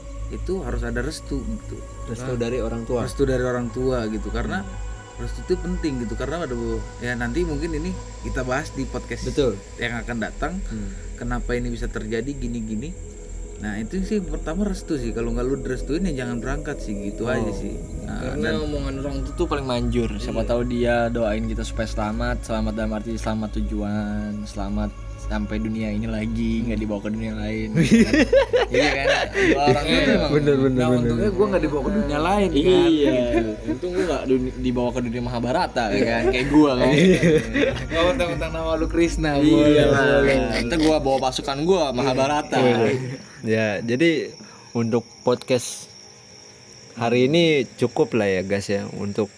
itu harus ada restu gitu. Restu dari orang tua. Restu dari orang tua gitu, karena restu itu penting gitu, karena ada ya nanti mungkin ini kita bahas di podcast Betul. yang akan datang. Hmm. Kenapa ini bisa terjadi gini-gini. Nah itu sih pertama restu sih, kalau nggak lu restuin ya jangan berangkat sih gitu Oh. aja sih. Nah, Karena dan omongan orang itu tuh paling manjur. Siapa tahu dia doain kita supaya selamat, selamat dalam arti selamat tujuan, selamat sampai dunia ini lagi, nggak dibawa ke dunia lain. Kan? Iya kan? Doa orang itu emang. Bener-bener. nah untungnya gue nggak dibawa ke dunia lain kan. Iya, untung gua nggak duni- dibawa ke dunia Mahabharata ya kan, kayak gua kan. Nggak mentang-mentang nama lu Krishna. Iya boleh. lah. Kita gua bawa pasukan gua Mahabharata. Ya, jadi untuk podcast hari ini cukup lah ya guys ya, untuk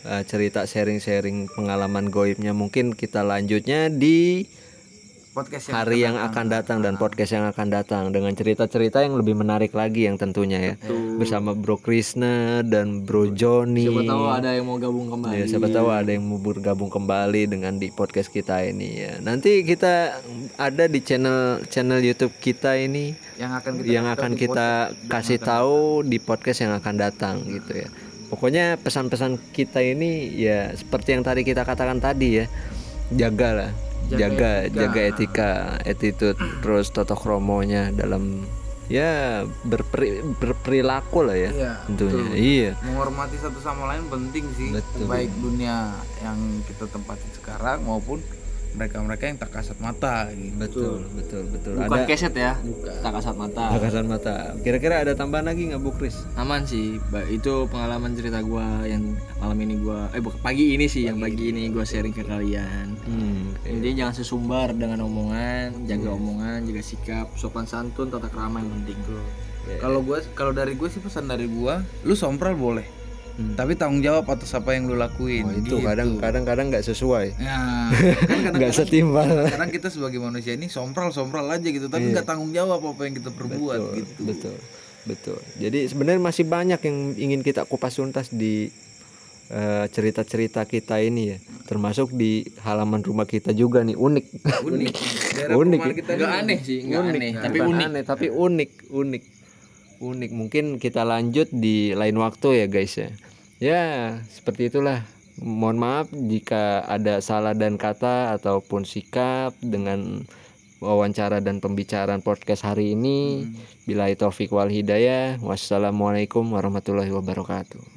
uh, cerita sharing-sharing pengalaman goibnya mungkin kita lanjutnya di Podcast hari yang akan datang dan podcast yang akan datang dengan cerita-cerita yang lebih menarik lagi yang tentunya ya. Bersama Bro Krishna dan Bro Joni. Siapa tahu ada yang mau gabung kembali. Ya, siapa tahu ada yang mau bergabung kembali dengan di podcast kita ini ya. Nanti kita ada di channel channel YouTube kita ini yang akan kita yang akan kita kasih tahu di podcast yang akan datang gitu ya. Pokoknya pesan-pesan kita ini ya seperti yang tadi kita katakan tadi ya. Jagalah, jaga etika. jaga etika, attitude, terus tata kromonya dalam ya berperi, berperilaku lah ya. Iya, tentunya. betul. Iya. Menghormati satu sama lain penting sih. Betul. Baik dunia yang kita tempatin sekarang maupun mereka-mereka yang tak kasat mata gitu. Betul, betul, betul. Bukan Ada keset ya, tak kasat mata. bakasan mata. Kira-kira ada tambahan lagi nggak Bu Kris? Aman sih, Ba- itu pengalaman cerita gua yang malam ini gua eh bukan pagi ini sih, yang pagi ini gua sharing ke kalian. Hmm. Intinya jangan sesumbar dengan omongan, jaga omongan, jaga sikap, sopan santun, tata krama yang penting. Kalau gue kalau dari gue sih pesan dari gue, lu sompral boleh. Hmm. Tapi tanggung jawab atas apa yang lu lakuin. Oh, itu gitu. kadang kadang-kadang nggak sesuai. Nah, kan kadang Nggak setimbal. kadang kita sebagai manusia ini sompral-sompral aja gitu, tapi nggak tanggung jawab apa yang kita perbuat gitu. Betul. Betul. Jadi sebenarnya masih banyak yang ingin kita kupas tuntas di eh, cerita-cerita kita ini ya. Termasuk di halaman rumah kita juga nih unik. Unik. Daerah Unik. perumahan kita Enggak ini aneh sih, enggak aneh, tapi Bukan unik. aneh, tapi unik, unik. Unik. Mungkin kita lanjut di lain waktu ya guys ya. Ya, seperti itulah. Mohon maaf jika ada salah dan kata ataupun sikap dengan wawancara dan pembicaraan podcast hari ini. Billahi taufik wal hidayah. Wassalamualaikum warahmatullahi wabarakatuh.